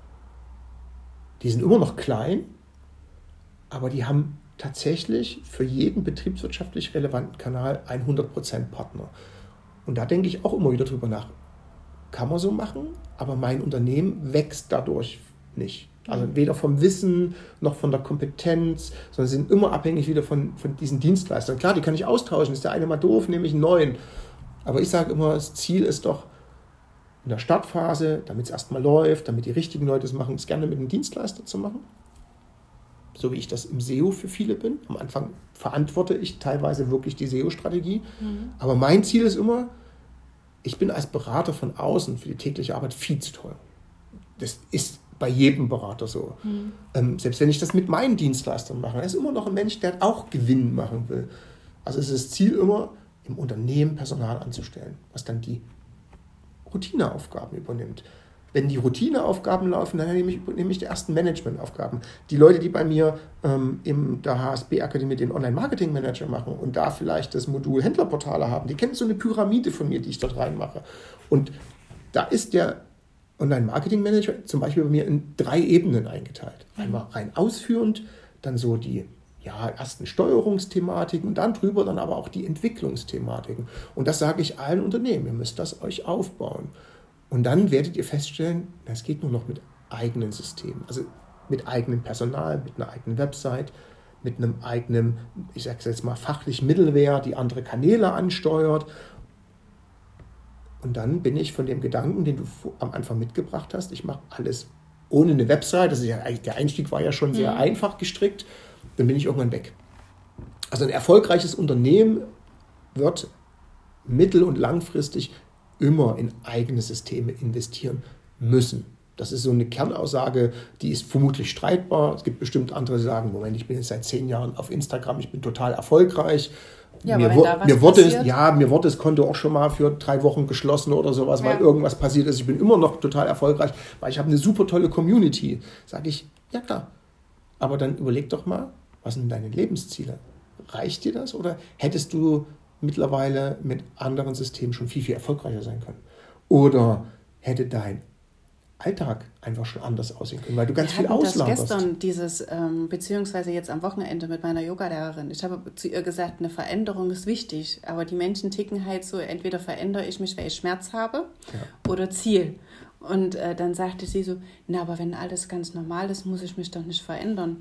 die sind immer noch klein, aber die haben tatsächlich für jeden betriebswirtschaftlich relevanten Kanal hundert Prozent Partner. Und da denke ich auch immer wieder drüber nach. Kann man so machen, aber mein Unternehmen wächst dadurch nicht. Also weder vom Wissen noch von der Kompetenz, sondern sie sind immer abhängig wieder von, von diesen Dienstleistern. Klar, die kann ich austauschen, ist der eine mal doof, nehme ich einen neuen. Aber ich sage immer, das Ziel ist doch, in der Startphase, damit es erstmal läuft, damit die richtigen Leute es machen, es gerne mit einem Dienstleister zu machen. So wie ich das im S E O für viele bin. Am Anfang verantworte ich teilweise wirklich die S E O-Strategie. Mhm. Aber mein Ziel ist immer, ich bin als Berater von außen für die tägliche Arbeit viel zu teuer. Das ist bei jedem Berater so. Mhm. Ähm, selbst wenn ich das mit meinen Dienstleistern mache, da ist immer noch ein Mensch, der auch Gewinn machen will. Also ist das Ziel immer, im Unternehmen Personal anzustellen, was dann die Routineaufgaben übernimmt. wenn die Routineaufgaben laufen, dann nehme ich, nehme ich die ersten Managementaufgaben. Die Leute, die bei mir ähm, in der H S B-Akademie den Online-Marketing-Manager machen und da vielleicht das Modul Händlerportale haben, die kennen so eine Pyramide von mir, die ich dort reinmache. Und da ist der Online-Marketing-Manager zum Beispiel bei mir in drei Ebenen eingeteilt. Einmal rein ausführend, dann so die ja, ersten Steuerungsthematiken und dann drüber dann aber auch die Entwicklungsthematiken. Und das sage ich allen Unternehmen, ihr müsst das euch aufbauen. Und dann werdet ihr feststellen, das geht nur noch mit eigenen Systemen, also mit eigenem Personal, mit einer eigenen Website, mit einem eigenen, ich sage jetzt mal fachlich Middleware, die andere Kanäle ansteuert. Und dann bin ich von dem Gedanken, den du am Anfang mitgebracht hast, ich mache alles ohne eine Website, das ist ja, der Einstieg war ja schon sehr mhm. einfach gestrickt, dann bin ich irgendwann weg. Also ein erfolgreiches Unternehmen wird mittel- und langfristig immer in eigene Systeme investieren müssen. Das ist so eine Kernaussage, die ist vermutlich streitbar. Es gibt bestimmt andere, die sagen, Moment, ich bin jetzt seit zehn Jahren auf Instagram, ich bin total erfolgreich. Ja, mir, aber wenn da was mir, wurde passiert? es, ja, mir wurde das Konto auch schon mal für drei Wochen geschlossen oder sowas, weil ja. irgendwas passiert ist. Ich bin immer noch total erfolgreich, weil ich habe eine super tolle Community. Sage ich, ja klar. Aber dann überleg doch mal, was sind deine Lebensziele? Reicht dir das oder hättest du mittlerweile mit anderen Systemen schon viel, viel erfolgreicher sein können? Oder hätte dein Alltag einfach schon anders aussehen können, weil du ganz Wir viel hatten das auslagerst. gestern, dieses, ähm, beziehungsweise jetzt am Wochenende mit meiner Yogalehrerin. Ich habe zu ihr gesagt, eine Veränderung ist wichtig, aber die Menschen ticken halt so, entweder verändere ich mich, weil ich Schmerz habe, ja. oder Ziel. Und äh, dann sagte sie so, na, aber wenn alles ganz normal ist, muss ich mich doch nicht verändern.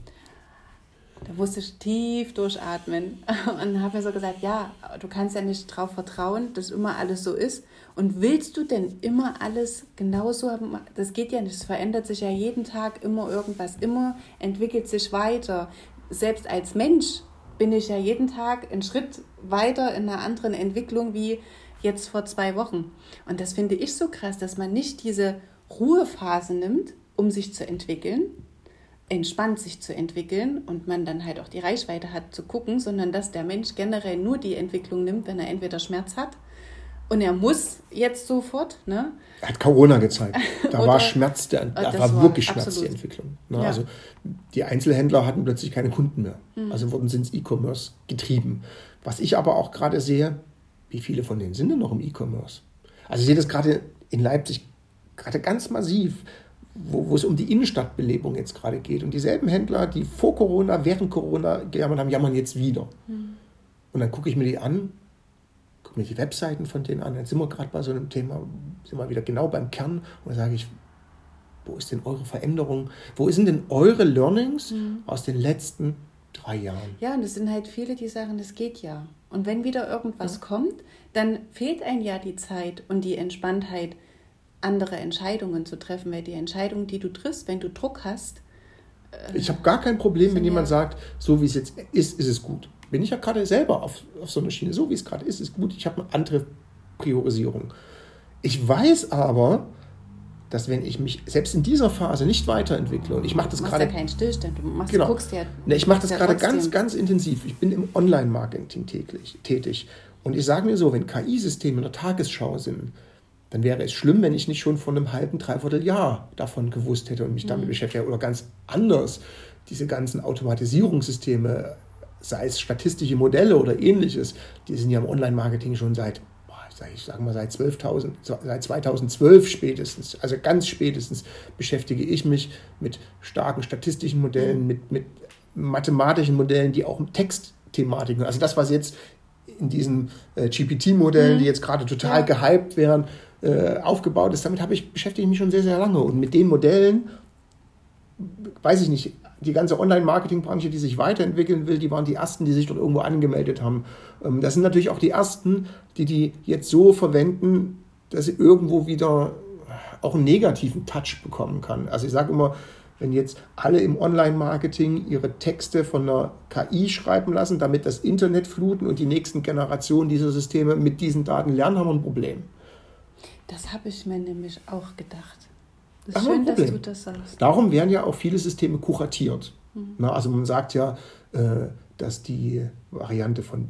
Da musste ich tief durchatmen und habe mir so gesagt, ja, du kannst ja nicht darauf vertrauen, dass immer alles so ist. Und willst du denn immer alles genauso haben? Das geht ja nicht, es verändert sich ja jeden Tag immer irgendwas, immer entwickelt sich weiter. Selbst als Mensch bin ich ja jeden Tag einen Schritt weiter in einer anderen Entwicklung wie jetzt vor zwei Wochen. Und das finde ich so krass, dass man nicht diese Ruhephase nimmt, um sich zu entwickeln, entspannt sich zu entwickeln und man dann halt auch die Reichweite hat zu gucken, sondern dass der Mensch generell nur die Entwicklung nimmt, wenn er entweder Schmerz hat und er muss jetzt sofort. Ne? Er hat Corona gezeigt. Da Oder, war Schmerz, der, da war, war wirklich Schmerz absolut. Die Entwicklung. Ne? Ja. Also die Einzelhändler hatten plötzlich keine Kunden mehr. Mhm. Also wurden sie ins E-Commerce getrieben. Was ich aber auch gerade sehe, wie viele von denen sind denn noch im E-Commerce? Also ich sehe das gerade in Leipzig gerade ganz massiv, Wo, wo es um die Innenstadtbelebung jetzt gerade geht. Und dieselben Händler, die vor Corona, während Corona gejammert haben, jammern jetzt wieder. Mhm. Und dann gucke ich mir die an, gucke mir die Webseiten von denen an, dann sind wir gerade bei so einem Thema, sind wir wieder genau beim Kern. Und dann sage ich, wo ist denn eure Veränderung? Wo sind denn eure Learnings mhm. aus den letzten drei Jahren? Ja, und es sind halt viele, die sagen, das geht ja. Und wenn wieder irgendwas ja. kommt, dann fehlt einem ja die Zeit und die Entspanntheit, andere Entscheidungen zu treffen, weil die Entscheidung, die du triffst, wenn du Druck hast... Äh, ich habe gar kein Problem, wenn jemand sagt, so wie es jetzt ist, ist es gut. Bin ich ja gerade selber auf, auf so einer Schiene, so wie es gerade ist, ist gut. Ich habe eine andere Priorisierung. Ich weiß aber, dass wenn ich mich selbst in dieser Phase nicht weiterentwickle und ich mache das gerade... Du machst ja keinen Stillstand, du machst, genau. guckst ja... Ne, ich mache das ja gerade ganz, ganz intensiv. Ich bin im Online-Marketing täglich, tätig. Und ich sage mir so, wenn K I-Systeme in der Tagesschau sind, dann wäre es schlimm, wenn ich nicht schon vor einem halben, dreiviertel Jahr davon gewusst hätte und mich damit mhm. beschäftigt. Oder ganz anders, diese ganzen Automatisierungssysteme, sei es statistische Modelle oder ähnliches, die sind ja im Online-Marketing schon seit, ich sage mal, seit zwölftausend, seit zweitausendzwölf spätestens, also ganz spätestens beschäftige ich mich mit starken statistischen Modellen, mhm. mit, mit mathematischen Modellen, die auch Textthematiken, also das, was jetzt in diesen äh, G P T-Modellen, mhm. die jetzt gerade total ja. gehypt werden, äh, aufgebaut ist. Damit habe ich, beschäftige ich mich schon sehr, sehr lange. Und mit den Modellen, weiß ich nicht, die ganze Online-Marketing-Branche, die sich weiterentwickeln will, die waren die Ersten, die sich dort irgendwo angemeldet haben. Ähm, das sind natürlich auch die Ersten, die die jetzt so verwenden, dass sie irgendwo wieder auch einen negativen Touch bekommen kann. Also ich sage immer, wenn jetzt alle im Online-Marketing ihre Texte von einer K I schreiben lassen, damit das Internet fluten und die nächsten Generationen dieser Systeme mit diesen Daten lernen, haben wir ein Problem. Das habe ich mir nämlich auch gedacht. Das ist schön, dass du das sagst. Darum werden ja auch viele Systeme kuratiert. Mhm. Na, also man sagt ja, äh, dass die Variante von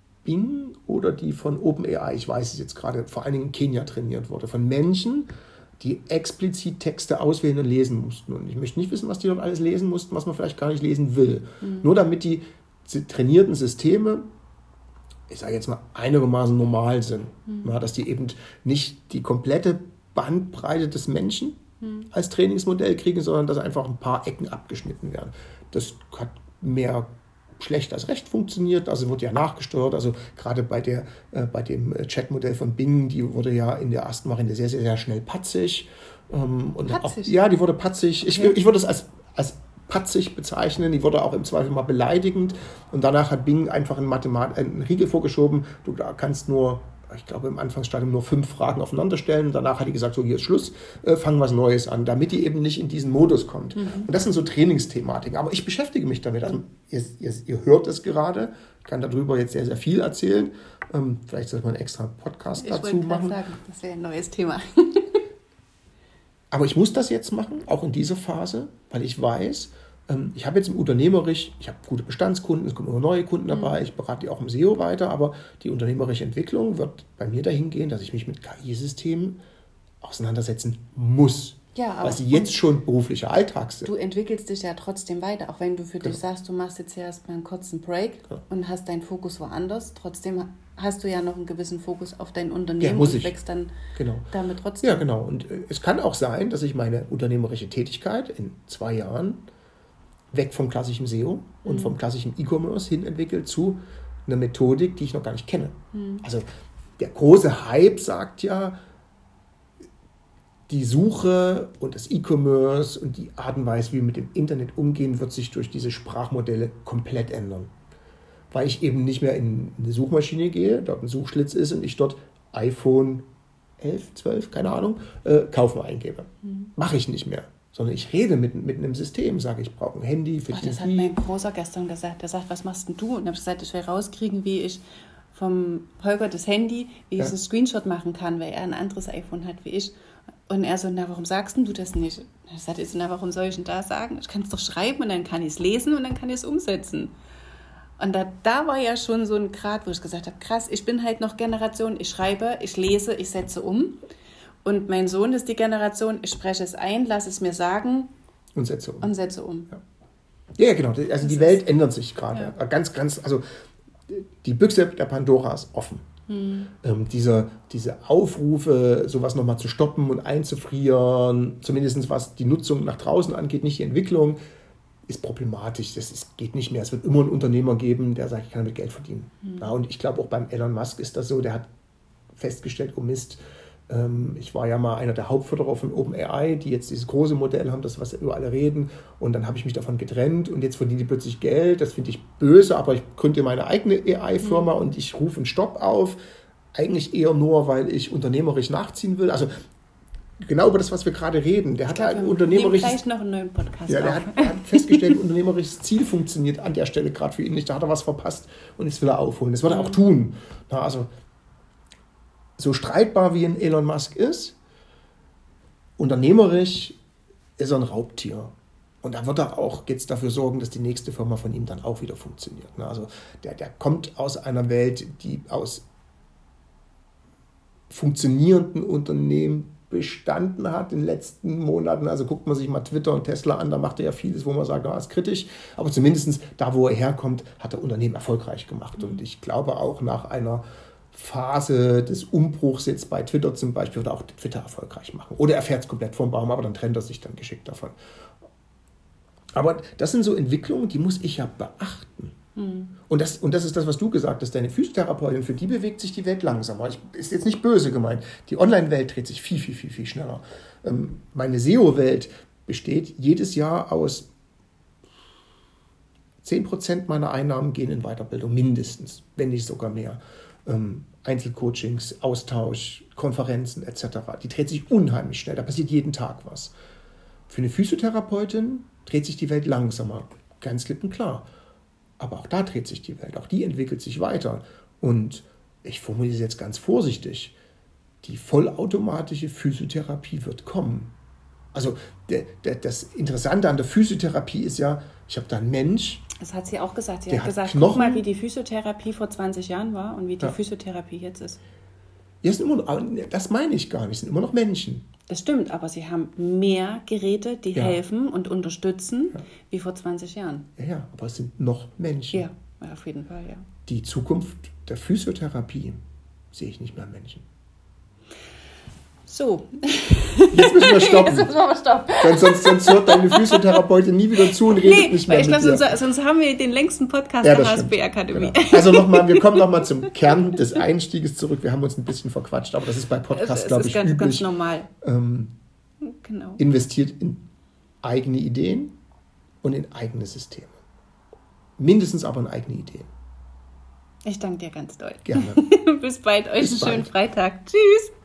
Bing oder die von OpenAI, ich weiß es jetzt gerade, vor allen Dingen in Kenia trainiert wurde, von Menschen, die explizit Texte auswählen und lesen mussten. Und ich möchte nicht wissen, was die dort alles lesen mussten, was man vielleicht gar nicht lesen will. Mhm. Nur damit die trainierten Systeme, ich sage jetzt mal, einigermaßen normal sind. Mhm. Ja, dass die eben nicht die komplette Bandbreite des Menschen mhm. als Trainingsmodell kriegen, sondern dass einfach ein paar Ecken abgeschnitten werden. Das hat mehr schlecht als recht funktioniert, also wird ja nachgesteuert, also gerade bei, der, äh, bei dem Chatmodell von Bing, die wurde ja in der ersten Variante sehr, sehr, sehr schnell patzig. Ähm, und patzig? Auch, ja, die wurde patzig. Okay. Ich, ich würde es als, als patzig bezeichnen, die wurde auch im Zweifel mal beleidigend und danach hat Bing einfach einen, Mathemat- einen Riegel vorgeschoben, du kannst nur, ich glaube im Anfangsstadium nur fünf Fragen aufeinander stellen und danach hat die gesagt, so hier ist Schluss, äh, fangen was Neues an, damit die eben nicht in diesen Modus kommt. Mhm. Und das sind so Trainingsthematiken, aber ich beschäftige mich damit, also ihr, ihr, ihr hört es gerade, ich kann darüber jetzt sehr, sehr viel erzählen, ähm, vielleicht sollte man einen extra Podcast ich dazu machen. Sagen, das wäre ein neues Thema. Aber ich muss das jetzt machen, auch in dieser Phase, weil ich weiß, ähm, ich habe jetzt im Unternehmerisch, ich habe gute Bestandskunden, es kommen immer neue Kunden dabei, mhm. ich berate die auch im S E O weiter, aber die unternehmerische Entwicklung wird bei mir dahin gehen, dass ich mich mit K I-Systemen auseinandersetzen muss. Ja, aber weil sie jetzt schon beruflicher Alltag sind. Du entwickelst dich ja trotzdem weiter, auch wenn du für genau. dich sagst, du machst jetzt erstmal einen kurzen Break ja. und hast deinen Fokus woanders. Trotzdem hast du ja noch einen gewissen Fokus auf dein Unternehmen ja, muss und ich. wächst dann genau. damit trotzdem. Ja, genau. Und äh, es kann auch sein, dass ich meine unternehmerische Tätigkeit in zwei Jahren weg vom klassischen S E O und mhm. vom klassischen E-Commerce hin entwickelt zu einer Methodik, die ich noch gar nicht kenne. Mhm. Also der große Hype sagt ja, die Suche und das E-Commerce und die Art und Weise, wie wir mit dem Internet umgehen, wird sich durch diese Sprachmodelle komplett ändern. Weil ich eben nicht mehr in eine Suchmaschine gehe, dort ein Suchschlitz ist und ich dort iPhone elf, zwölf, keine Ahnung, äh, kaufen eingebe. Mhm. Mache ich nicht mehr. Sondern ich rede mit, mit einem System, sage ich brauche ein Handy für Ach, die. Das hat mein Großer gestern gesagt. Der sagt, was machst denn du? Und ich habe gesagt, ich will rauskriegen, wie ich vom Holger das Handy, wie ja. ich einen Screenshot machen kann, weil er ein anderes iPhone hat wie ich. Und er so, na, warum sagst denn du das nicht? Ich sagte, na, warum soll ich denn da sagen? Ich kann es doch schreiben und dann kann ich es lesen und dann kann ich es umsetzen. Und da, da war ja schon so ein Grad, wo ich gesagt habe, krass, ich bin halt noch Generation, ich schreibe, ich lese, ich setze um. Und mein Sohn ist die Generation, ich spreche es ein, lasse es mir sagen und setze um. Und setze um. Ja, ja genau. Also das die Welt ändert sich gerade. Ja. Ganz, ganz, also die Büchse der Pandora ist offen. Hm. Ähm, diese, diese Aufrufe, sowas nochmal zu stoppen und einzufrieren, zumindest was die Nutzung nach draußen angeht, nicht die Entwicklung, ist problematisch. Das ist, geht nicht mehr. Es wird immer einen Unternehmer geben, der sagt, ich kann damit Geld verdienen. Hm. Ja, und ich glaube auch beim Elon Musk ist das so, der hat festgestellt, oh Mist, ähm, ich war ja mal einer der Hauptförderer von OpenAI, die jetzt dieses große Modell haben, das was über alle reden, und dann habe ich mich davon getrennt und jetzt verdiene ich plötzlich Geld, das finde ich böse, aber ich gründe meine eigene A I-Firma mhm. und ich rufe einen Stopp auf, eigentlich eher nur, weil ich unternehmerisch nachziehen will, also genau über das, was wir gerade reden. Der ich hat glaub, ein unternehmerisches, gleich noch einen neuen Podcast ja, der hat, der hat festgestellt, ein unternehmerisches Ziel funktioniert an der Stelle gerade für ihn nicht, da hat er was verpasst und jetzt will er aufholen, das wird er auch tun. Na, also so streitbar wie ein Elon Musk ist, unternehmerisch ist er ein Raubtier. Und da wird er auch jetzt dafür sorgen, dass die nächste Firma von ihm dann auch wieder funktioniert. Also der, der kommt aus einer Welt, die aus funktionierenden Unternehmen bestanden hat in den letzten Monaten. Also guckt man sich mal Twitter und Tesla an, da macht er ja vieles, wo man sagt, da ist kritisch. Aber zumindest da, wo er herkommt, hat er Unternehmen erfolgreich gemacht. Und ich glaube auch nach einer Phase des Umbruchs jetzt bei Twitter zum Beispiel, wird er auch Twitter erfolgreich machen. Oder er fährt es komplett vom Baum, aber dann trennt er sich dann geschickt davon. Aber das sind so Entwicklungen, die muss ich ja beachten. Mhm. Und, das, und das ist das, was du gesagt hast, deine Physiotherapeutin, für die bewegt sich die Welt langsamer. Ich, ist jetzt nicht böse gemeint. Die Online-Welt dreht sich viel, viel, viel, viel schneller. Ähm, meine S E O-Welt besteht jedes Jahr aus zehn Prozent meiner Einnahmen gehen in Weiterbildung, mindestens, wenn nicht sogar mehr. Ähm, Einzelcoachings, Austausch, Konferenzen et cetera. Die dreht sich unheimlich schnell, da passiert jeden Tag was. Für eine Physiotherapeutin dreht sich die Welt langsamer, ganz klipp und klar. Aber auch da dreht sich die Welt, auch die entwickelt sich weiter. Und ich formuliere es jetzt ganz vorsichtig, die vollautomatische Physiotherapie wird kommen. Also der, der, das Interessante an der Physiotherapie ist ja, ich habe da einen Mensch. Das hat sie auch gesagt. Sie hat gesagt, Knochen, guck mal, wie die Physiotherapie vor zwanzig Jahren war und wie die ja. Physiotherapie jetzt ist. Ja, sind immer noch, das meine ich gar nicht, es sind immer noch Menschen. Das stimmt, aber sie haben mehr Geräte, die Ja. helfen und unterstützen, Ja. wie vor zwanzig Jahren. Ja, ja, aber es sind noch Menschen. Ja, ja, auf jeden Fall, ja. Die Zukunft der Physiotherapie sehe ich nicht mehr an Menschen. So. Jetzt müssen wir stoppen. Jetzt müssen wir mal stoppen. Sonst, sonst, sonst hört deine Physiotherapeutin nie wieder zu und redet Nee, nicht mehr weil ich mit glaube, dir. sonst, sonst haben wir den längsten Podcast Ja, der das H S stimmt. B-Akademie. Genau. Also nochmal, wir kommen nochmal zum Kern des Einstieges zurück. Wir haben uns ein bisschen verquatscht, aber das ist bei Es, Podcasts, es glaube ist ich, ganz, ganz üblich. normal. Ähm, Genau. investiert in eigene Ideen und in eigene Systeme. Mindestens aber in eigene Ideen. Ich danke dir ganz doll. Gerne. Bis bald, euch Bis einen schönen bald. Freitag. Tschüss.